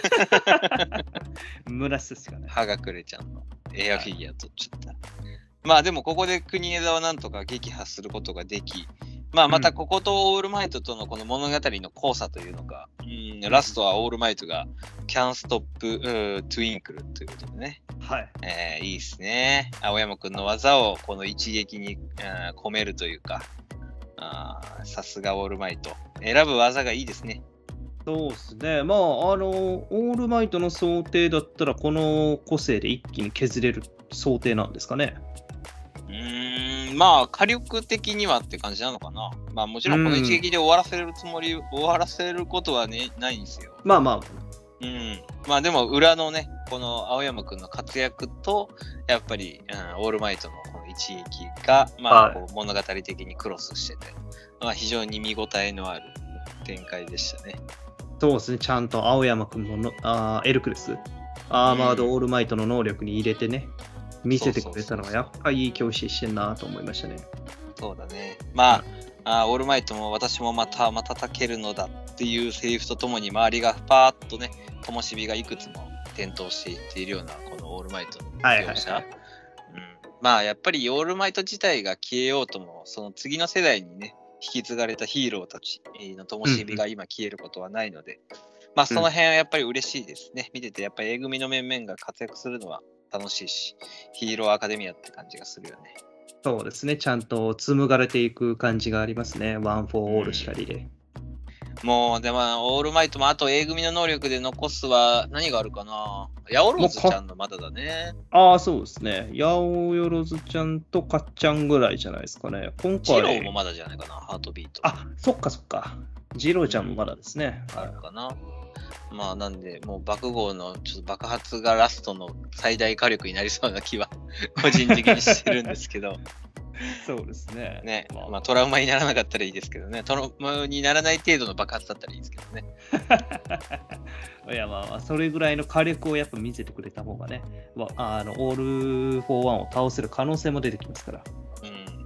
虚しさしかない。 歯がくれちゃんのエアフィギュア取っちゃった。はい、まあでもここで国枝はなんとか撃破することができ、まあまたこことオールマイトとのこの物語の交差というのが、うん、ラストはオールマイトがキャンストップトゥインクルということでね。 はい。 えー、いいですね。青山くんの技をこの一撃に、うん、込めるというか、さすがオールマイト。選ぶ技がいいですね。 そうですね。まあ、あの、オールマイトの想定だったら、この個性で一気に削れる想定なんですかね。 うーん、まあ、火力的にはって感じなのかな。まあ、もちろんこの一撃で終わらせるつもり、終わらせることは、ね、ないんですよ。 まあまあ。 うん。まあ、でも、裏のね、この青山くんの活躍と、やっぱり、うん、オールマイトのこの一撃が、まあ、こう物語的にクロスしてて、まあ、非常に見応えのある展開でしたね。 そうですね、ちゃんと青山くんののあエルクレス、アーマードオールマイトの能力に入れてね、うん、見せてくれたのはやっぱりいい教師してんなと思いましたね。 そうだね。まあ、うん、あオールマイトも私もまたまたたけるのだっていうセリフとともに周りがパーッとね、灯火がいくつも点灯していっているようなこのオールマイトの描写。はいはいはい、うん、まあやっぱりオールマイト自体が消えようとも、その次の世代にね、引き継がれたヒーローたちの灯火が今消えることはないので、うん、まあその辺はやっぱり嬉しいですね。うん、見ててやっぱり A 組の面々が活躍するのは楽しいし、ヒーローアカデミアって感じがするよね。 そうですね、ちゃんと紡がれていく感じがありますね。ワン・フォー・オールしかりで。 うん、もうでもオールマイトもあと A 組の能力で残すは何があるかな。ヤオロズちゃんのまだだね。 ああ、そうですね。ヤオヨロズちゃんとカッちゃんぐらいじゃないですかね。今回。 ジローもまだじゃないかな、ハートビート。 あ、そっかそっか。ジローちゃんもまだですね。 うん、あるかな。まあなんで、もう爆豪のちょっと爆発がラストの最大火力になりそうな気は個人的にしてるんですけど。 そうですね。 ね、まあ、まあ、トラウマにならなかったらいいですけどね。トラウマにならない程度の爆発だったらいいですけどね。 いやまあまあ、それぐらいの火力をやっぱ見せてくれた方がね、あのオール・フォー・ワンを倒せる可能性も出てきますから。 うん、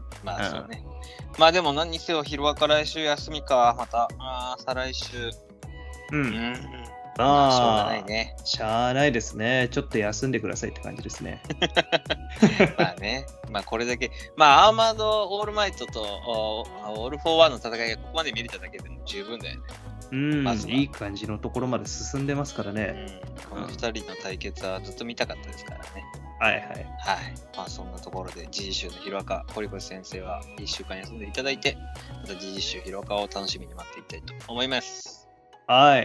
まあそうね。うん、まあでも何にせよ、ヒロアカ来週休みか、また、あ再来週。 うん。うんうんまあ、しょうがないね。 しゃあないですね。ちょっと休んでくださいって感じですね。 まあね、まあこれだけ、まあアーマードオールマイトとオール・フォー・ワンの戦いがここまで見れただけでも十分だよね。 うん、まずいい感じのところまで進んでますからね。 うん、このふたりの対決はずっと見たかったですからね。 はいはい。 はい。まあそんなところで、時事集のヒロアカ、堀越先生はいっしゅうかん休んでいただいて、また時事集ヒロアカを楽しみに待っていきたいと思います。 はい。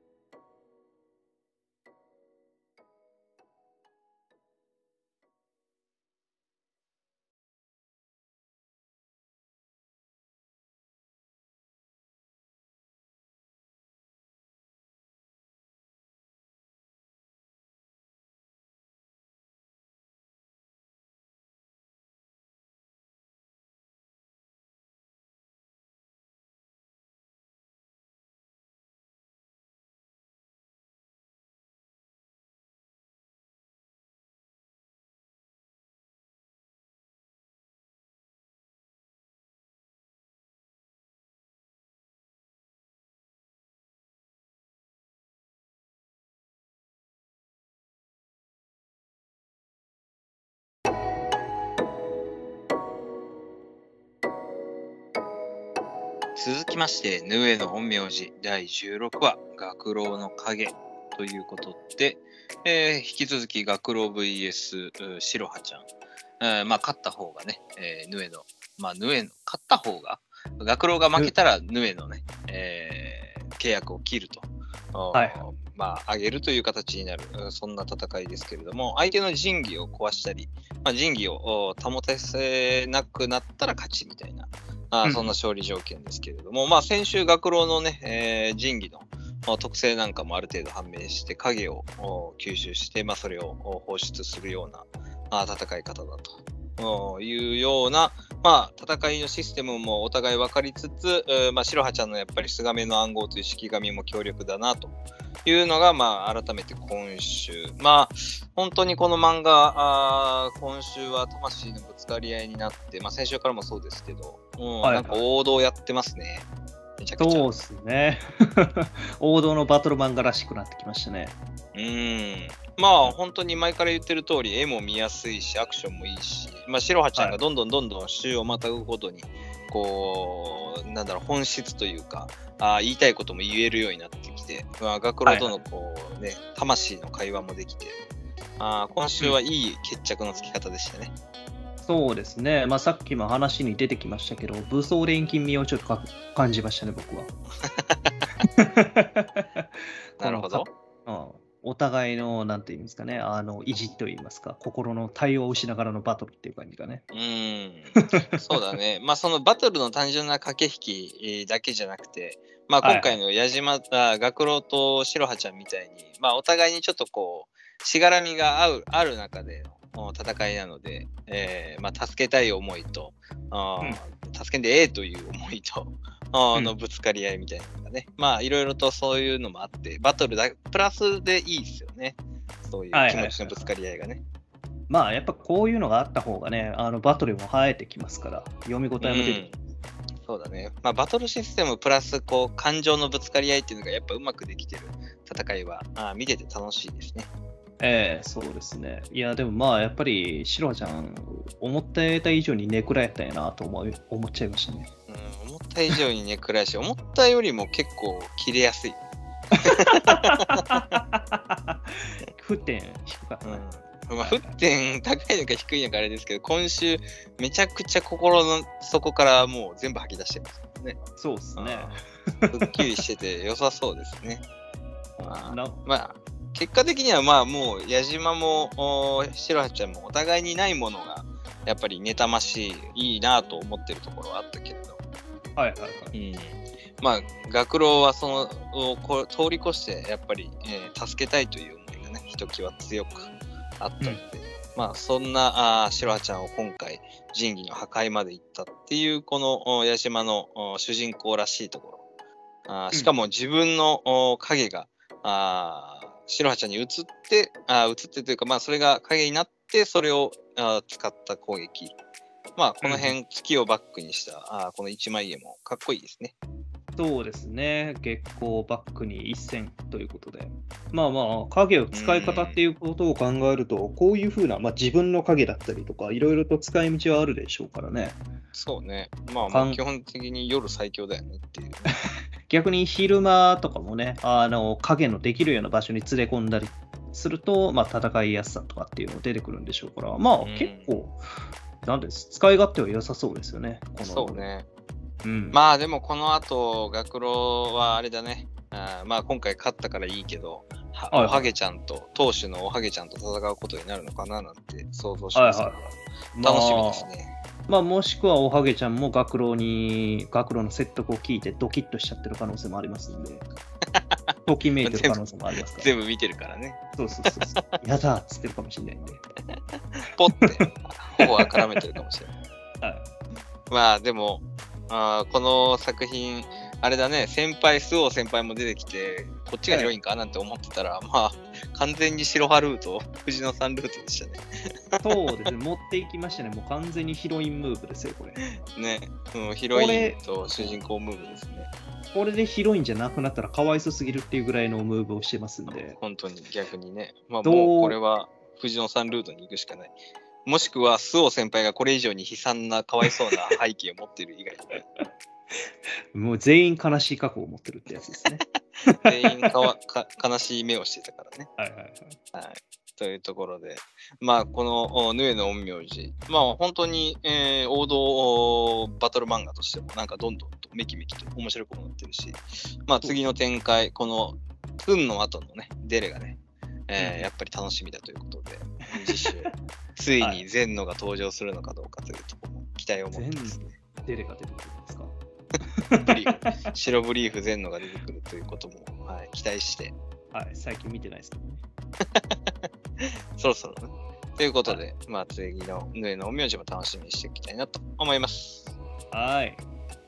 続きまして、ヌエの陰陽師だいじゅうろくわ、学老の影ということで、えー、引き続き学老 ブイエス 白羽ちゃん、えー、まあ勝った方がね、えー、ヌエの、まあヌエの、勝った方が、学老が負けたらヌエのね、えー、契約を切ると。はい、まあ、上げるという形になる、そんな戦いですけれども、相手の陣儀を壊したり、まあ、陣儀を保たせなくなったら勝ちみたいな、あそんな勝利条件ですけれども、うん、まあ、先週、学老のね、えー、陣儀の、まあ、特性なんかもある程度判明して、影を吸収して、まあ、それを放出するようなあ戦い方だと。 いうような、まあ、戦いのシステムもお互い分かりつつ、まあ、白羽ちゃんのやっぱり菅の暗号という式神も強力だなというのが、まあ、改めて今週。まあ、本当にこの漫画、あ今週は魂のぶつかり合いになって、まあ、先週からもそうですけど、うん、はいはい、なんか王道やってますね。めちゃくちゃ。 そうですね。王道のバトル漫画らしくなってきましたね。 うん。まあ、本当に前から言ってる通り、絵も見やすいし、アクションもいいし、まあ、白羽ちゃんがどんどんどんどん週をまたぐごとに、こう、なんだろう、本質というか、あ言いたいことも言えるようになってきて、まあ、学郎とのこう、ね、魂の会話もできて、あ今週はいい決着のつき方でしたね。 そうですね、まあ、さっきも話に出てきましたけど、武装錬金味をちょっと感じましたね、僕は。 なるほど。 うん、お互いの、なんていうんですかね、あの意地といいますか、心の対応をしながらのバトルっていう感じがね。 うん、そうだね。まあ、そのバトルの単純な駆け引きだけじゃなくて、まあ、今回の矢島、はいはい、学郎と白羽ちゃんみたいに、まあ、お互いにちょっとこう、しがらみが合うある中での戦いなので、えーまあ、助けたい思いと、あうん、助けんでええという思いと、あのぶつかり合いみたいなのがね、うん、まあいろいろとそういうのもあって、バトルだプラスでいいですよね。そういう気持ちのぶつかり合いがね。はいはいはい、 まあやっぱこういうのがあった方がね、あのバトルも生えてきますから、読み応えも出てきます。 うん、そうだね。まあバトルシステムプラスこう感情のぶつかり合いっていうのがやっぱうまくできてる戦いはあ見てて楽しいですね。 ええー、そうですね。いや、でもまあ、やっぱり、シロちゃん、思ってた以上にネクラやったんやなと思い思っちゃいましたね。 うん、思った以上にネクラやし、思ったよりも結構切れやすい。 沸点低かったね。 うん、まあ、沸点高いのか低いのかあれですけど、今週、めちゃくちゃ心の底からもう全部吐き出してますね。 そうですね。 すっきりしてて良さそうですね。まあ、まあ結果的にはまあもう矢島も白羽ちゃんもお互いにないものがやっぱり妬ましいいいなと思ってるところはあったけれど、 はいはいはい、 うん、まあ学郎はそのこ通り越してやっぱり、えー、助けたいという思いがねひときわ強くあったので、うん、まあそんなあ白羽ちゃんを今回仁義の破壊まで行ったっていうこの矢島の主人公らしいところ、あしかも自分の影があ白羽ちゃんに移って、あ移ってというか、まあ、それが影になって、それをあ使った攻撃。まあ、この辺、月をバックにした、うん、あこの一枚絵もかっこいいですね。 そうですね。月光バックに一戦ということで。まあまあ、影を使い方っていうことを考えると、こういうふうな、まあ、自分の影だったりとか、いろいろと使い道はあるでしょうからね。 そうね。まあ、まあ、基本的に夜最強だよねっていう。 逆に昼間とかもね、あの影のできるような場所に連れ込んだりすると、まあ、戦いやすさとかっていうのが出てくるんでしょうから、まあ、うん、結構、なんです、使い勝手は良さそうですよね。このそうね。うん、まあでもこの後学郎はあれだね、あまあ今回勝ったからいいけど、はいはい、おはげちゃんと当主のおはげちゃんと戦うことになるのかななんて想像します、はいはい、楽しみですね。 まあ、まあ、もしくはおはげちゃんも学郎に学郎の説得を聞いてドキッとしちゃってる可能性もありますんで、ときめいてる可能性もありますから。 全部見てるからね。 そうそうそうそう。やだっつってるかもしれないんで。 ポッてほぼ絡めてるかもしれない。はい、まあでも。あこの作品あれだね、先輩周防先輩も出てきてこっちがヒロインかなんて思ってたら、はい、まあ完全に白羽ルート藤野さんルートでしたね。 そうですね、持っていきましたね。もう完全にヒロインムーブですよこれね、うん、ヒロインと主人公ムーブですね。 これでヒロインじゃなくなったらかわいそすぎるっていうぐらいのムーブをしてますんで、 本当に逆にね、まあもうこれは藤野さんルートに行くしかない。もしくは周防先輩がこれ以上に悲惨なかわいそうな背景を持っている以外にもう全員悲しい過去を持ってるってやつですね。 全員かわか悲しい目をしてたからね。 はいはいはい。 はい、というところで、まあこのヌエの陰陽師、まあ本当に、えー、王道バトル漫画としてもなんかどんどんとメキメキと面白くなってるし、まあ次の展開、このツンの後のね、デレがね、えー、やっぱり楽しみだということで、次週、ついにゼンノが登場するのかどうかというところも期待を持ってますね。 デレが出てくるんですか？ ブリーフ白ブリーフゼンノが出てくるということも、はい、期待して。 はい、最近見てないですけどね。 そろそろね。 ということで、まあ、次のヌエの陰陽師も楽しみにしていきたいなと思います。 はい。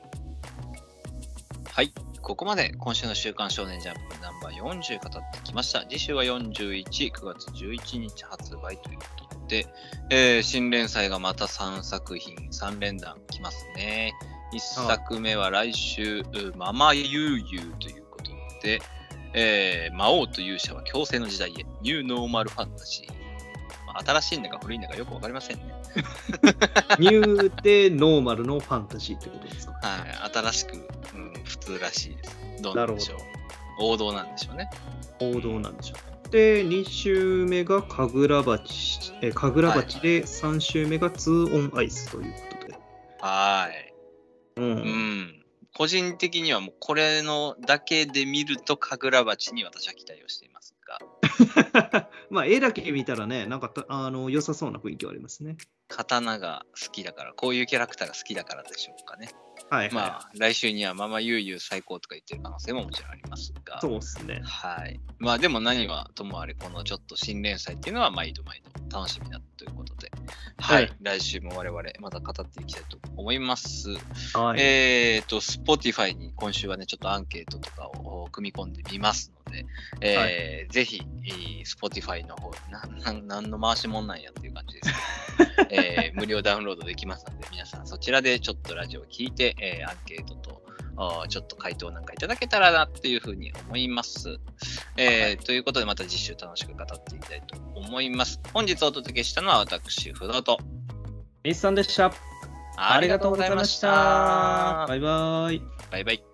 はい。ここまで今週の週刊少年ジャンプナンバーよんじゅう語ってきました。次週はよんじゅういち、くがつじゅういちにち発売ということで、えー、新連載がまたさんさく品、さん連弾きますね。いっさくめは来週、ママユーユーということで、えー、魔王と勇者は強制の時代へ、ニューノーマルファンタジー。まあ、新しいんだか古いんだかよくわかりませんね。 ニューでノーマルのファンタジーってことですか？ はい、新しく、うん、普通らしいです。どうなんでしょう。王道なんでしょうね。 王道なんでしょう。で、に週目が神楽鉢、え神楽鉢で、さん週目がツーオンアイスということで。 はい。 うん。うん。個人的にはもうこれのだけで見ると神楽鉢に私は期待をしていますが。 まあ絵だけ見たらね、なんかあの良さそうな雰囲気はありますね。 刀が好きだから、こういうキャラクターが好きだからでしょうかね。 はい、はい。 まあ来週にはママユーユー最高とか言ってる可能性ももちろんありますが。 そうですね。 はい。まあでも何はともあれ、このちょっと新連載っていうのは毎度毎度楽しみだということで。はい、はい、来週も我々また語っていきたいと思います。はい、えっ、ー、と、Spotify に今週はね、ちょっとアンケートとかを組み込んでみますので、えーはい、ぜひ、Spotify の方、な、な、なんの回しもんなんやっていう感じですけど、えー、無料ダウンロードできますので、皆さんそちらでちょっとラジオを聞いて、えー、アンケートと、ちょっと回答なんかいただけたらなっていうふうに思います。えーはい、ということでまた次週楽しく語っていきたいと思います。本日お届けしたのは私、不動とミスさんでした。 ありがとうございました。 バイバイ。 バイバイ。